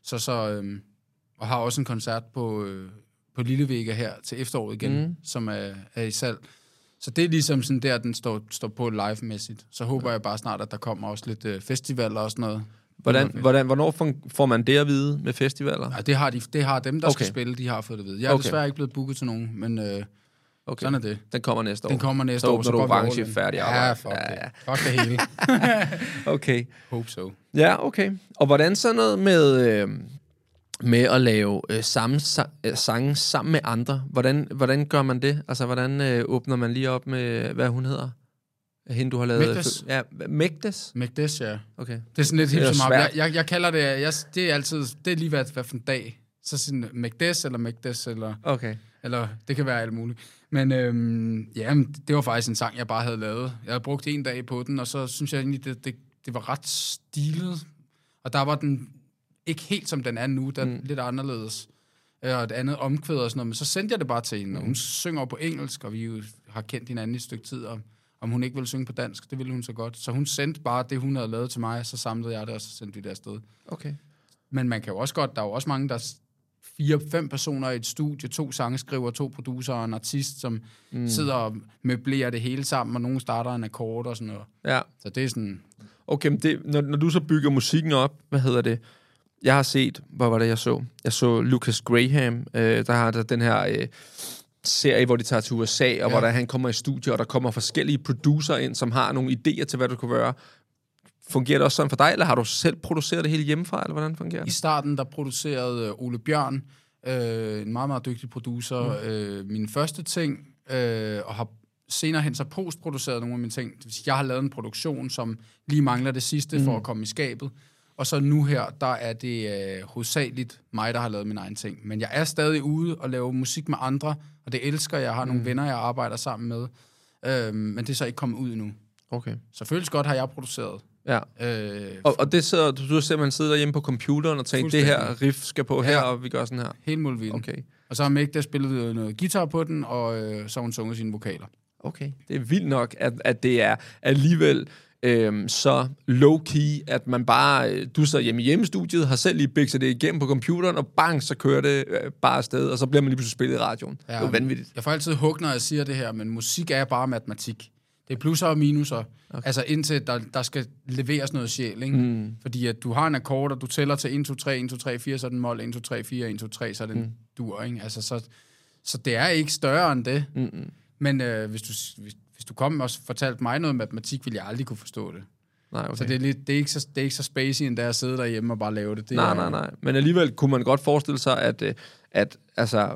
og har også en koncert på Lillevægge her til efteråret igen, som er i salg. Så det er ligesom sådan der, den står på live-mæssigt. Så håber jeg bare snart, at der kommer også lidt festivaler og sådan noget. Hvornår får man det at vide med festivaler? Ja, det har dem, der skal spille, de har fået det at vide. Jeg er desværre ikke blevet booket til nogen, men sådan er det. Den kommer næste år. Den kommer næste år. Så åbner du orange færdig arbejde. Fuck det hele. Okay. Hope so. Ja, okay. Og hvordan så noget med at lave sange sammen med andre? Hvordan gør man det? Altså, hvordan åbner man lige op med, hvad hun hedder? Hende, du har lavet... Megdes. Ja, Megdes? Megdes, ja. Okay. Det er sådan lidt helt som jeg kalder det... det er altid... Det er lige hvad for en dag. Så sådan Megdes, eller... Okay. Eller det kan være alt muligt. Men det var faktisk en sang, jeg bare havde lavet. Jeg havde brugt 1 dag på den, og så synes jeg egentlig, det var ret stilet. Og der var den ikke helt som den er nu, der er lidt anderledes. Og et andet omkvæd og sådan noget. Men så sendte jeg det bare til hende, og hun synger på engelsk, og vi jo har kendt hinanden i et stykke tid, og om hun ikke ville synge på dansk, det ville hun så godt. Så hun sendte bare det, hun havde lavet til mig, så samlede jeg det, og så sendte vi det afsted. Okay. Men man kan jo også godt, der er jo også mange, der 4-5 personer i et studie, 2 sangskriver, 2 producer og en artist, som sidder og møblerer det hele sammen, og nogen starter en akkord og sådan noget. Ja. Så det er sådan... Okay, men når du så bygger musikken op, Jeg har set, hvad var det, jeg så? Jeg så Lucas Graham, der har der den her serie, hvor de tager til USA, og hvor der han kommer i studiet, og der kommer forskellige producer ind, som har nogle idéer til, hvad du kunne gøre. Fungerer det også sådan for dig, eller har du selv produceret det hele hjemmefra, eller hvordan fungerer det? I starten, der producerede Ole Bjørn, en meget, meget dygtig producer, min første ting, og har senere hen så postproduceret nogle af mine ting. Jeg har lavet en produktion, som lige mangler det sidste for at komme i skabet. Og så nu her, der er det hovedsageligt mig, der har lavet min egen ting. Men jeg er stadig ude og lave musik med andre, og det elsker jeg. Jeg har nogle venner, jeg arbejder sammen med. Men det er så ikke kommet ud endnu. Okay. Så føles godt, har jeg produceret. Ja. Og det sidder, du har simpelthen siddet derhjemme på computeren og tænkt, det her riff skal på her, og vi gør sådan her. Helt muligvis. Okay. Og så har Meg der spillet noget guitar på den, og så har hun sunget sine vokaler. Okay. Det er vildt nok, at det er alligevel så low-key, at man bare, du sidder hjemme i hjemmestudiet, har selv lige bikset det igennem på computeren, og bang, så kører det bare afsted, og så bliver man lige pludselig spillet i radioen. Ja, det er vanvittigt. Jeg får altid hug, når jeg siger det her, men musik er bare matematik. Det er plusser og minuser. Okay. Altså indtil der skal leveres noget sjæl, ikke? Fordi at du har en akkord, og du tæller til 1, 2, 3, 1, 2, 3, 4, så er den mol, 1, 2, 3, 4, 1, 2, 3, så er den dur, ikke? Altså, så det er ikke større end det. Men hvis du kom og fortalte mig noget matematik, ville jeg aldrig kunne forstå det. Nej, okay. Så det er ikke så spacey, end der at sidde derhjemme og bare lave det. Nej. Men alligevel kunne man godt forestille sig, at altså,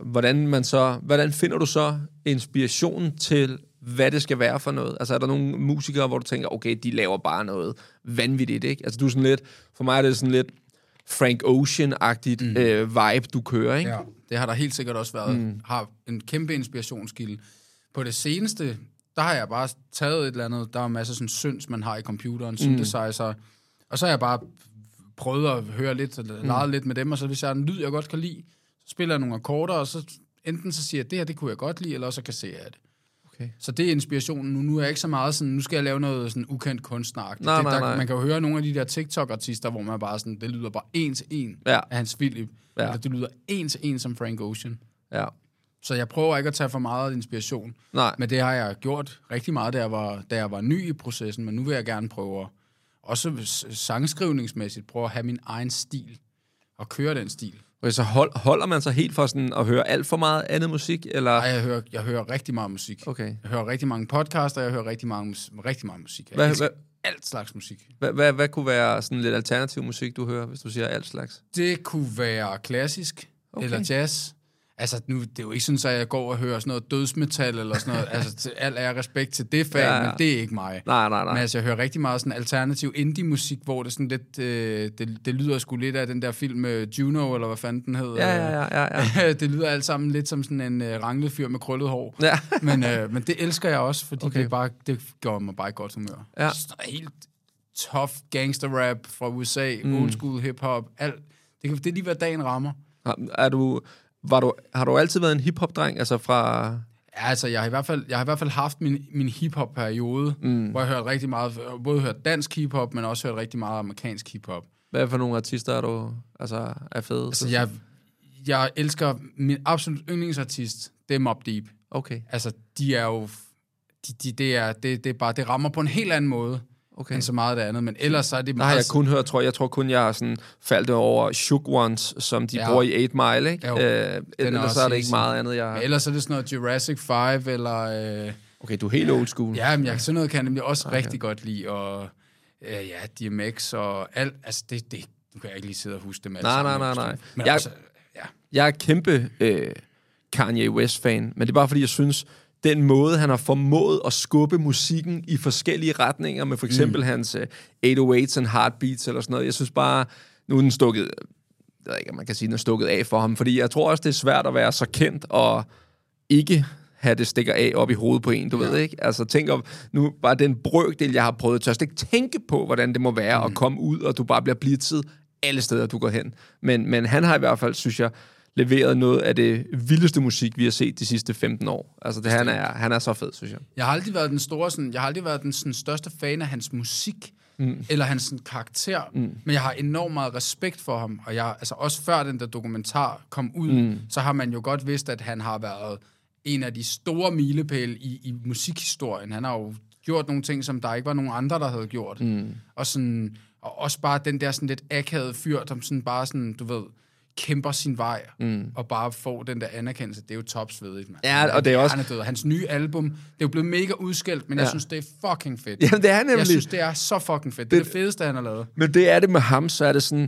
hvordan finder du så inspirationen til, hvad det skal være for noget? Altså, er der nogle musikere, hvor du tænker, okay, de laver bare noget vanvittigt, ikke? Altså, du er sådan lidt, for mig er det sådan lidt Frank Ocean-agtigt vibe, du kører, ikke? Ja, det har der helt sikkert også været. Har en kæmpe inspirationskilde. På det seneste, der har jeg bare taget et eller andet, der er masser af sådan synths, man har i computeren, synthesizer, og så har jeg bare prøvet at høre lidt, eller leget lidt med dem, og så hvis jeg har en lyd, jeg godt kan lide, så spiller jeg nogle akkorder, og så enten så siger jeg, det her, det kunne jeg godt lide, eller så kasserer jeg det. Okay. Så det er inspirationen. Nu er jeg ikke så meget sådan, nu skal jeg lave noget sådan ukendt kunstneragtigt. Nej. Man kan jo høre nogle af de der TikTok-artister, hvor man bare sådan, det lyder bare en til en af Hans Philip, eller det lyder en til en som Frank Ocean. Ja. Så jeg prøver ikke at tage for meget inspiration. Nej. Men det har jeg gjort rigtig meget, da jeg var ny i processen, men nu vil jeg gerne prøve også sangskrivningsmæssigt prøve at have min egen stil og køre den stil. Okay, så holder man sig helt for sådan at høre alt for meget andet musik? Eller? Nej, jeg hører rigtig meget musik. Okay. Jeg hører rigtig mange podcaster, og jeg hører rigtig meget musik. Alt slags musik. Hvad kunne være sådan lidt alternativ musik, du hører, hvis du siger alt slags? Det kunne være klassisk eller jazz. Altså, nu, det er jo ikke sådan, at jeg går og hører sådan noget dødsmetal eller sådan noget. Altså, alt er respekt til det fag, men det er ikke mig. Nej. Men altså, jeg hører rigtig meget sådan alternativ indie-musik, hvor det sådan lidt, det lyder sgu lidt af den der film med Juno, eller hvad fanden den hedder. Ja. Det lyder alt sammen lidt som sådan en ranglet fyr med krøllet hår. Ja. Men det elsker jeg også, fordi det gør mig bare i godt humør. Ja. Sådan helt tough gangster-rap fra USA, old school hip-hop, alt. Det er lige, hvad dagen rammer. Har du altid været en hiphop-dreng, altså fra... Ja, altså, jeg har i hvert fald haft min hiphop-periode, hvor jeg hørte rigtig meget, både hørt dansk hiphop, men også hørt rigtig meget amerikansk hiphop. Hvad for nogle artister er du er fede? Altså, jeg elsker min absolut yndlingsartist, det er Mobb Deep. Okay. Altså, de er jo... Det er bare, det rammer på en helt anden måde. Okay. End så meget af det andet, men ellers så er det meget... Nej, jeg kun hørt, jeg tror kun, jeg har sådan faldt over Shook Ones, som de bruger i 8 Mile, ikke? Ellers så er det ikke meget andet, jeg... Men ellers er det sådan noget Jurassic 5, eller... Okay, du er helt old school. Ja, men sådan noget kan jeg nemlig også rigtig godt lide, og DMX og alt... Altså, nu kan jeg ikke lige sidde og huske det med. Nej. Men jeg er kæmpe Kanye West-fan, men det er bare fordi, jeg synes... Den måde, han har formået at skubbe musikken i forskellige retninger, med for eksempel hans 808's and Heartbeats eller sådan noget. Jeg synes bare, nu er den stukket, jeg ved ikke, om man kan sige, den er stukket af for ham, fordi jeg tror også, det er svært at være så kendt og ikke have det stikker af op i hovedet på en, du ved ikke? Altså tænk om, nu bare den brøkdel, jeg har prøvet, tør ikke tænke på, hvordan det må være at komme ud, og du bare bliver blitzet alle steder, du går hen. Men han har i hvert fald, synes jeg, leveret noget af det vildeste musik, vi har set de sidste 15 år. Altså, han er så fed, synes jeg. Jeg har aldrig været den største fan af hans musik, eller hans karakter, men jeg har enormt meget respekt for ham, og altså også før den der dokumentar kom ud, så har man jo godt vidst, at han har været en af de store milepæle i musikhistorien. Han har jo gjort nogle ting, som der ikke var nogen andre, der havde gjort. Og også bare den der sådan lidt akavede fyr, som sådan bare sådan, du ved, kæmper sin vej, og bare får den der anerkendelse. Det er jo topsvedigt, mand. Ja, og det er også... Han er død. Hans nye album, det er jo blevet mega udskældt, men jeg synes, det er fucking fedt. Jamen, det er nemlig... Jeg synes, det er så fucking fedt. Det er det fedeste, han har lavet. Men det er det med ham, så er det sådan...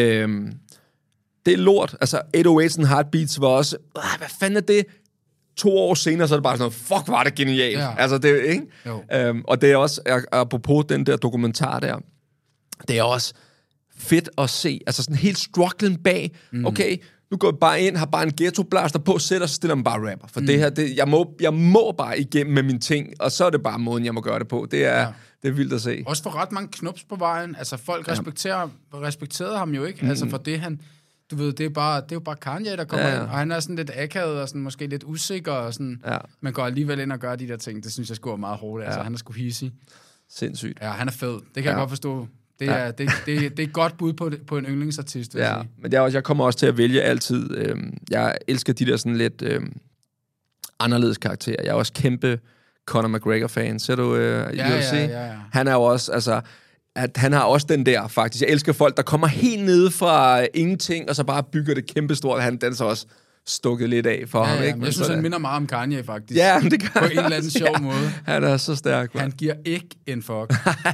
det er lort. Altså, 808's and Heartbeats var også... Hvad fanden er det? 2 år senere, så er det bare sådan noget, fuck, var det genialt. Ja. Altså, det er ikke? Og det er også, apropos den der dokumentar der, det er også fedt at se, altså sådan helt strugglen bag, okay, nu går jeg bare ind, har bare en ghetto-blaster på, sætter, så stiller man bare rapper. For det her, jeg må bare igennem med mine ting, og så er det bare måden, jeg må gøre det på. Det er vildt at se. Også for ret mange knups på vejen. Altså, folk respekterede ham jo ikke, altså for det han... Du ved, det er jo bare Kanye, der kommer ind, og han er sådan lidt akavet og sådan, måske lidt usikker, og sådan, man går alligevel ind og gør de der ting. Det synes jeg sgu er meget hårdt. Altså, han er sgu hissig. Sindssygt. Ja, han er fed. Det kan jeg godt forstå. Det er et godt bud på en yndlingsartist, vil jeg sige. Men jeg kommer også til at vælge altid. Jeg elsker de der sådan lidt anderledes karakterer. Jeg er også kæmpe Conor McGregor-fan. Ser du UFC? Ja. Han er jo også, altså... at han har også den der, faktisk. Jeg elsker folk, der kommer helt nede fra ingenting, og så bare bygger det kæmpestort. Den er så også stukket lidt af for ham, ikke? Jeg synes, han minder meget om Kanye, faktisk. Ja, det gør på en eller anden sjov måde. Han er så stærk, man. Han giver ikke en fuck.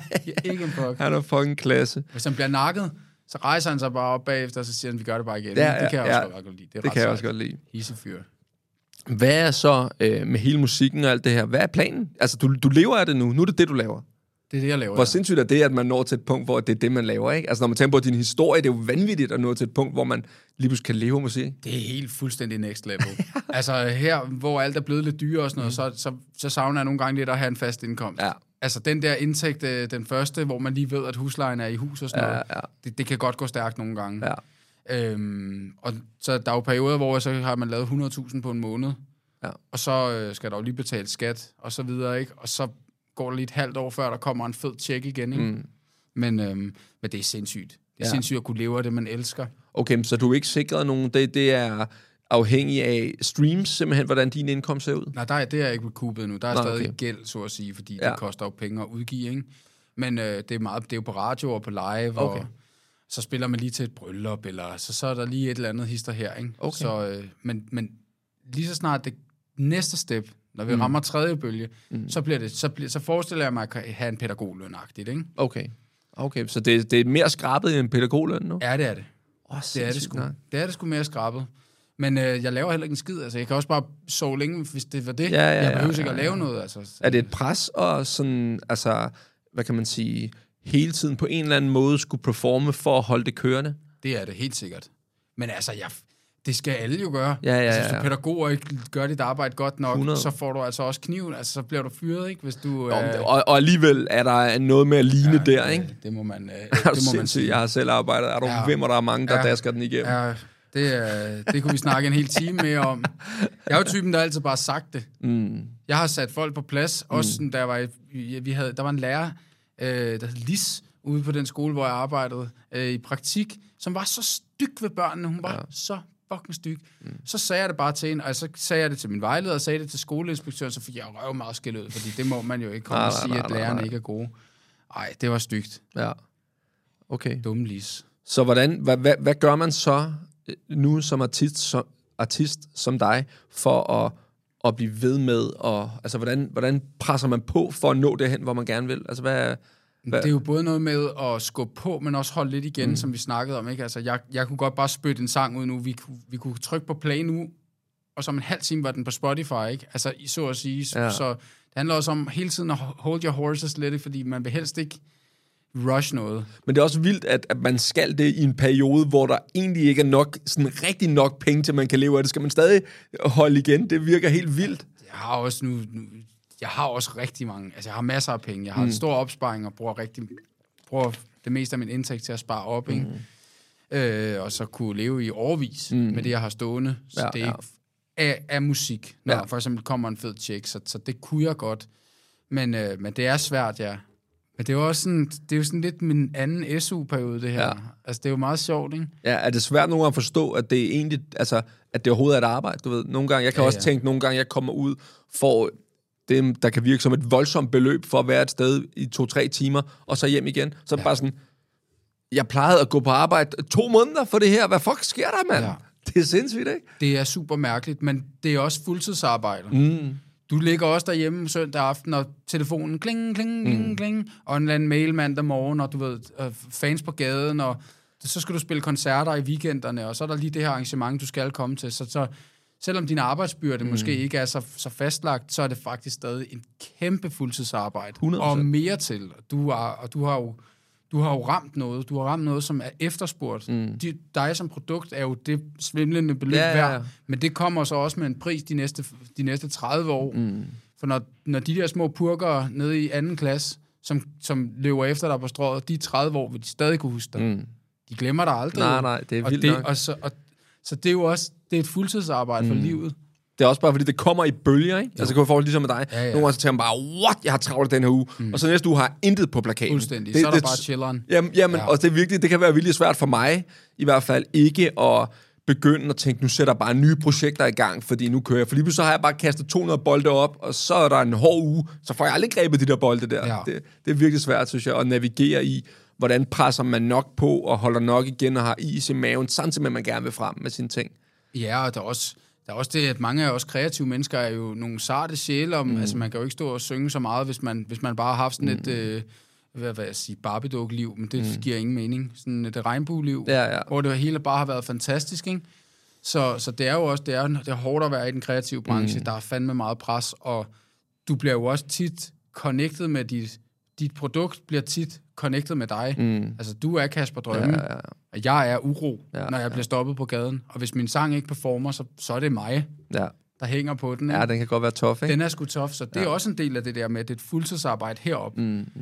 Han er fucking klasse. Hvis han bliver nakket, så rejser han sig bare op bagefter, og så siger han, vi gør det bare igen. Det kan jeg også godt lide. Det kan jeg også godt lide. Hissefyr. Hvad er så med hele musikken og alt det her? Hvad er planen? Altså, du lever af det nu. Nu er det, du laver. Det er det, jeg laver. Hvor sindssygt er det, at man når til et punkt, hvor det er det, man laver, ikke? Altså, når man tænker på din historie, det er jo vanvittigt at nå til et punkt, hvor man lige pludselig kan leve musik. Det er helt fuldstændig next level. Altså, her, hvor alt er blevet lidt dyre og sådan noget, så savner jeg nogle gange lidt at have en fast indkomst. Ja. Altså, den der indtægt, den første, hvor man lige ved, at huslejen er i hus og sådan noget, det kan godt gå stærkt nogle gange. Ja. Og så der er jo perioder, hvor så har man lavet 100.000 på en måned, og så skal der jo lige betale skat, og så videre, ikke? Og så går der lige et halvt år, før der kommer en fed check igen, ikke? Men det er sindssygt. Det er sindssygt at kunne leve af det, man elsker. Okay, så du er ikke sikret nogen... Det er afhængig af streams, simpelthen, hvordan din indkomst ser ud? Nej, det er ikke recoupet nu. Der er stadig gæld, så at sige, fordi det koster jo penge at udgive, ikke? Men det er jo på radio og på live, og så spiller man lige til et bryllup, eller så er der lige et eller andet hister her, ikke? Okay. Så, men lige så snart det næste step, når vi rammer tredje bølge, så forestiller jeg mig at have en pædagogløn-agtigt, ikke? Okay, så det er mere skrabet end en pædagogløn nu? Ja, det er det. Det er det sgu. Det er det sgu mere skrabet. Men jeg laver heller ikke en skid, altså jeg kan også bare sove længe, hvis det var det. Jeg behøver ikke at lave noget, altså. Er det et pres og sådan, altså, hvad kan man sige, hele tiden på en eller anden måde skulle performe for at holde det kørende? Det er det, helt sikkert. Men altså, det skal alle jo gøre. Altså, hvis du pædagoger ikke gør dit arbejde godt nok, 100. Så får du altså også kniven, altså så bliver du fyret, ikke? Hvis du... Og alligevel er der noget med at ligne der, ikke? Det må man, det må man sige. Jeg har selv arbejdet. Er du hvem, og der er mange, der dasker den igennem? Ja, det kunne vi snakke en hel time mere om. Jeg er jo typen, der altid bare sagt det. Jeg har sat folk på plads. Også da der var en lærer, der hed Lis, ude på den skole, hvor jeg arbejdede i praktik, som var så styg ved børnene. Hun var så fucking styg. Så sagde jeg det bare til hende, og så sagde jeg det til min vejleder, og sagde det til skoleinspektøren, så fik jeg røv meget skæld ud, fordi det må man jo ikke komme og sige, at lærerne ikke er gode. Ej, det var stygt. Ja. Okay. Dumme Lis. Så hvad gør man så nu som artist som dig, for at blive ved med, og altså hvordan presser man på for at nå derhen, hvor man gerne vil? Altså det er jo både noget med at skubbe på, men også holde lidt igen, som vi snakkede om, ikke? Altså jeg kunne godt bare spytte en sang ud nu, vi kunne trykke på play nu, og som en halv time var den på Spotify, ikke? Altså så at sige, så det handler også om hele tiden at hold your horses lidt, fordi man vil helst ikke rush noget. Men det er også vildt, at man skal det i en periode, hvor der egentlig ikke er nok, sådan rigtig nok penge, til man kan leve af det. Skal man stadig holde igen? Det virker helt vildt. Jeg har også rigtig mange, altså jeg har masser af penge. Jeg har en stor opsparing og bruger det meste af min indtægt til at spare op, ikke? Og så kunne leve i årevis med det, jeg har stående. Så det er ikke af musik, når for eksempel kommer en fed check, så det kunne jeg godt. Men det er svært, Men det er jo også sådan, lidt min anden SU-periode, det her. Ja. Altså, det er jo meget sjovt, ikke? Ja, er det svært nogle gange at forstå, at det er egentlig, altså, at det overhovedet er et arbejde, du ved? Nogle gange, jeg kan også tænke, nogle gange, jeg kommer ud for det, der kan virke som et voldsomt beløb for at være et sted i 2-3 timer, og så hjem igen. Så bare sådan, Jeg plejede at gå på arbejde 2 måneder for det her. Hvad fuck sker der, mand? Ja. Det er sindssygt, ikke? Det er super mærkeligt, men det er også fuldtidsarbejde. Du ligger også derhjemme søndag aften, og telefonen kling, kling, kling, kling, og en eller anden mail mandag morgen, og du ved, fans på gaden, og så skal du spille koncerter i weekenderne, og så er der lige det her arrangement, du skal komme til. Så selvom din arbejdsbyrde måske ikke er så fastlagt, så er det faktisk stadig en kæmpe fuldtidsarbejde. 100%. Og mere til. Du har jo ramt noget. Du har ramt noget, som er efterspurgt. Dig som produkt er jo det svimlende beløb værd, men det kommer så også med en pris de næste 30 år. For når de der små purker nede i 2. klasse, som løber efter dig på strået, de 30 år vil de stadig kunne huske dig. De glemmer dig aldrig. Nej, det er vildt nok. Så det er jo også et fuldtidsarbejde for livet. Det er også bare, fordi det kommer i bølger, ikke? Altså, kan du forholde ligesom med dig. Nogle gange så tænker man bare, what? Jeg har travlt den her uge. Og så næste uge har jeg intet på plakaten. Fuldstændig. Så er der bare chilleren. Jamen, og det er virkelig, det kan være virkelig svært for mig, i hvert fald ikke at begynde at tænke, nu sætter jeg bare nye projekter i gang, fordi nu kører jeg. For lige så har jeg bare kastet 200 bolde op, og så er der en hård uge, så får jeg aldrig grebet de der bolde der. Ja. Det er virkelig svært, synes jeg, at navigere i, hvordan presser man nok på, og holder nok igen, og har is i maven, samtidig med, at man gerne vil frem med sine ting. Der er også det, at mange af os kreative mennesker er jo nogle sarte sjæle om, altså man kan jo ikke stå og synge så meget, hvis man bare har haft sådan et, Barbie-duk-liv, men det giver ingen mening. Sådan et regnbue-liv, hvor det hele bare har været fantastisk, ikke? Så det er jo også, det er hårdt at være i den kreative branche, der er fandme meget pres, og du bliver jo også tit connected med dit produkt, bliver tit connected med dig. Altså, du er Kasper Drømme, og jeg er Uro, når jeg bliver stoppet på gaden. Og hvis min sang ikke performer, så er det mig, der hænger på den. Ikke? Ja, den kan godt være tough, ikke? Den er sgu tough, så det er også en del af det der med, at det er et fuldtidsarbejde heroppe.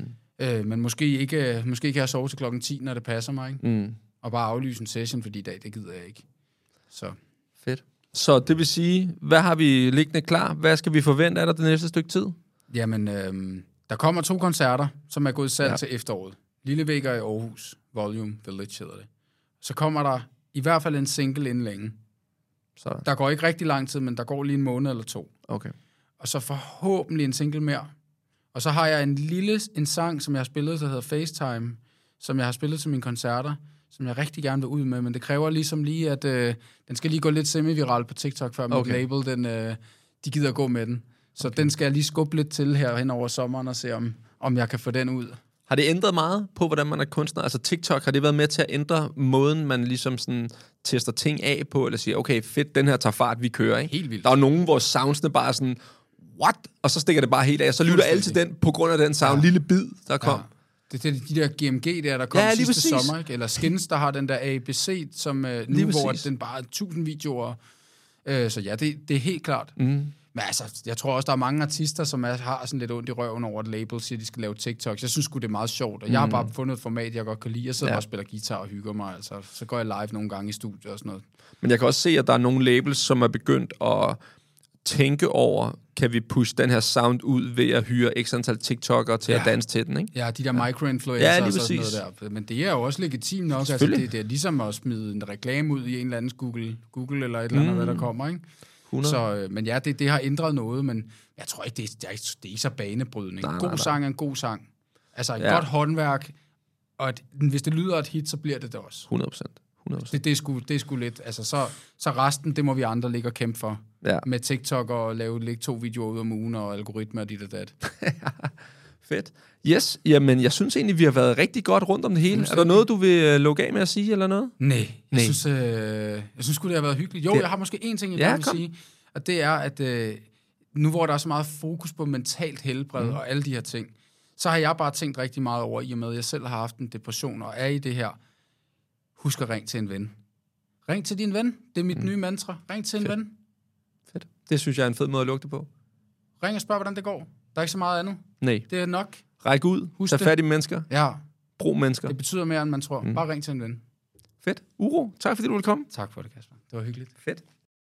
Men måske ikke have sovet til klokken 10, når det passer mig, ikke? Og bare aflyse en session, fordi i dag, det gider jeg ikke. Så. Fedt. Så det vil sige, hvad har vi liggende klar? Hvad skal vi forvente af dig det næste stykke tid? Jamen, der kommer 2 koncerter, som er gået salg til efteråret. Lille Vægger i Aarhus, Volume Village hedder det. Så kommer der i hvert fald en single inden længe. Så. Der går ikke rigtig lang tid, men der går lige en måned eller 2. Okay. Og så forhåbentlig en single mere. Og så har jeg en sang, som jeg har spillet, der hedder FaceTime, som jeg har spillet til mine koncerter, som jeg rigtig gerne vil ud med, men det kræver ligesom lige, at den skal lige gå lidt semi-viral på TikTok, før mit label, de gider at gå med den. Så den skal jeg lige skubbe lidt til her hen over sommeren og se, om jeg kan få den ud. Har det ændret meget på, hvordan man er kunstner? Altså TikTok, har det været med til at ændre måden, man ligesom sådan tester ting af på, eller siger, okay, fedt, den her tager fart, vi kører, ikke? Helt vildt. Der er nogen, hvor soundsene bare er sådan, what? Og så stikker det bare helt af, så lytter alle til den, på grund af den sound, lille bid, der kom. Det er de der GMG der kom sidste sommer, ikke? Eller Skins, der har den der ABC, som nu, hvor den bare er 1000 videoer. Så ja, det er helt klart. Men altså, jeg tror også, der er mange artister, som har sådan lidt ondt i røven over et label, siger, de skal lave TikToks. Jeg synes sgu, det er meget sjovt, og jeg har bare fundet et format, jeg godt kan lide. Jeg sidder bare og spiller guitar og hygger mig, altså. Så går jeg live nogle gange i studiet og sådan noget. Men jeg kan også se, at der er nogle labels, som er begyndt at tænke over, kan vi pushe den her sound ud ved at hyre x antal TikTok'ere til at danse til den, ikke? Ja, de der micro-influencers og sådan noget der. Men det er jo også legitimt nok. Altså, det er ligesom at smide en reklame ud i en eller anden Google eller et eller andet, hvad der kommer, ikke? 100. Så, men ja, det har ændret noget, men jeg tror ikke, det er ikke så banebrydning. God sang er en god sang. Altså et godt håndværk, og hvis det lyder et hit, så bliver det også. 100%. Det er sgu lidt. Altså, så resten, det må vi andre ligge og kæmpe for. Ja. Med TikTok og lægge 2 videoer ud om ugen og algoritmer og dit og dat. Fedt. Yes, jamen jeg synes egentlig, vi har været rigtig godt rundt om det hele. Er der noget, du vil lukke af med at sige, eller noget? Nej. Jeg synes det har været hyggeligt. Jo, jeg har måske én ting, jeg gerne vil sige, og det er, at nu hvor der er så meget fokus på mentalt helbred og alle de her ting, så har jeg bare tænkt rigtig meget over, i og med, at jeg selv har haft en depression og er i det her. Husk at ringe til en ven. Ring til din ven. Det er mit nye mantra. Ring til en ven. Fedt. Det synes jeg er en fed måde at lukke det på. Ring og spørg, hvordan det går. Der er ikke så meget andet. Nej. Det er nok. Ræk ud. Tag fat i mennesker. Ja. Brug mennesker. Det betyder mere, end man tror. Bare ring til en ven. Fedt. Uro, tak fordi du ville komme. Tak for det, Kasper. Det var hyggeligt. Fedt.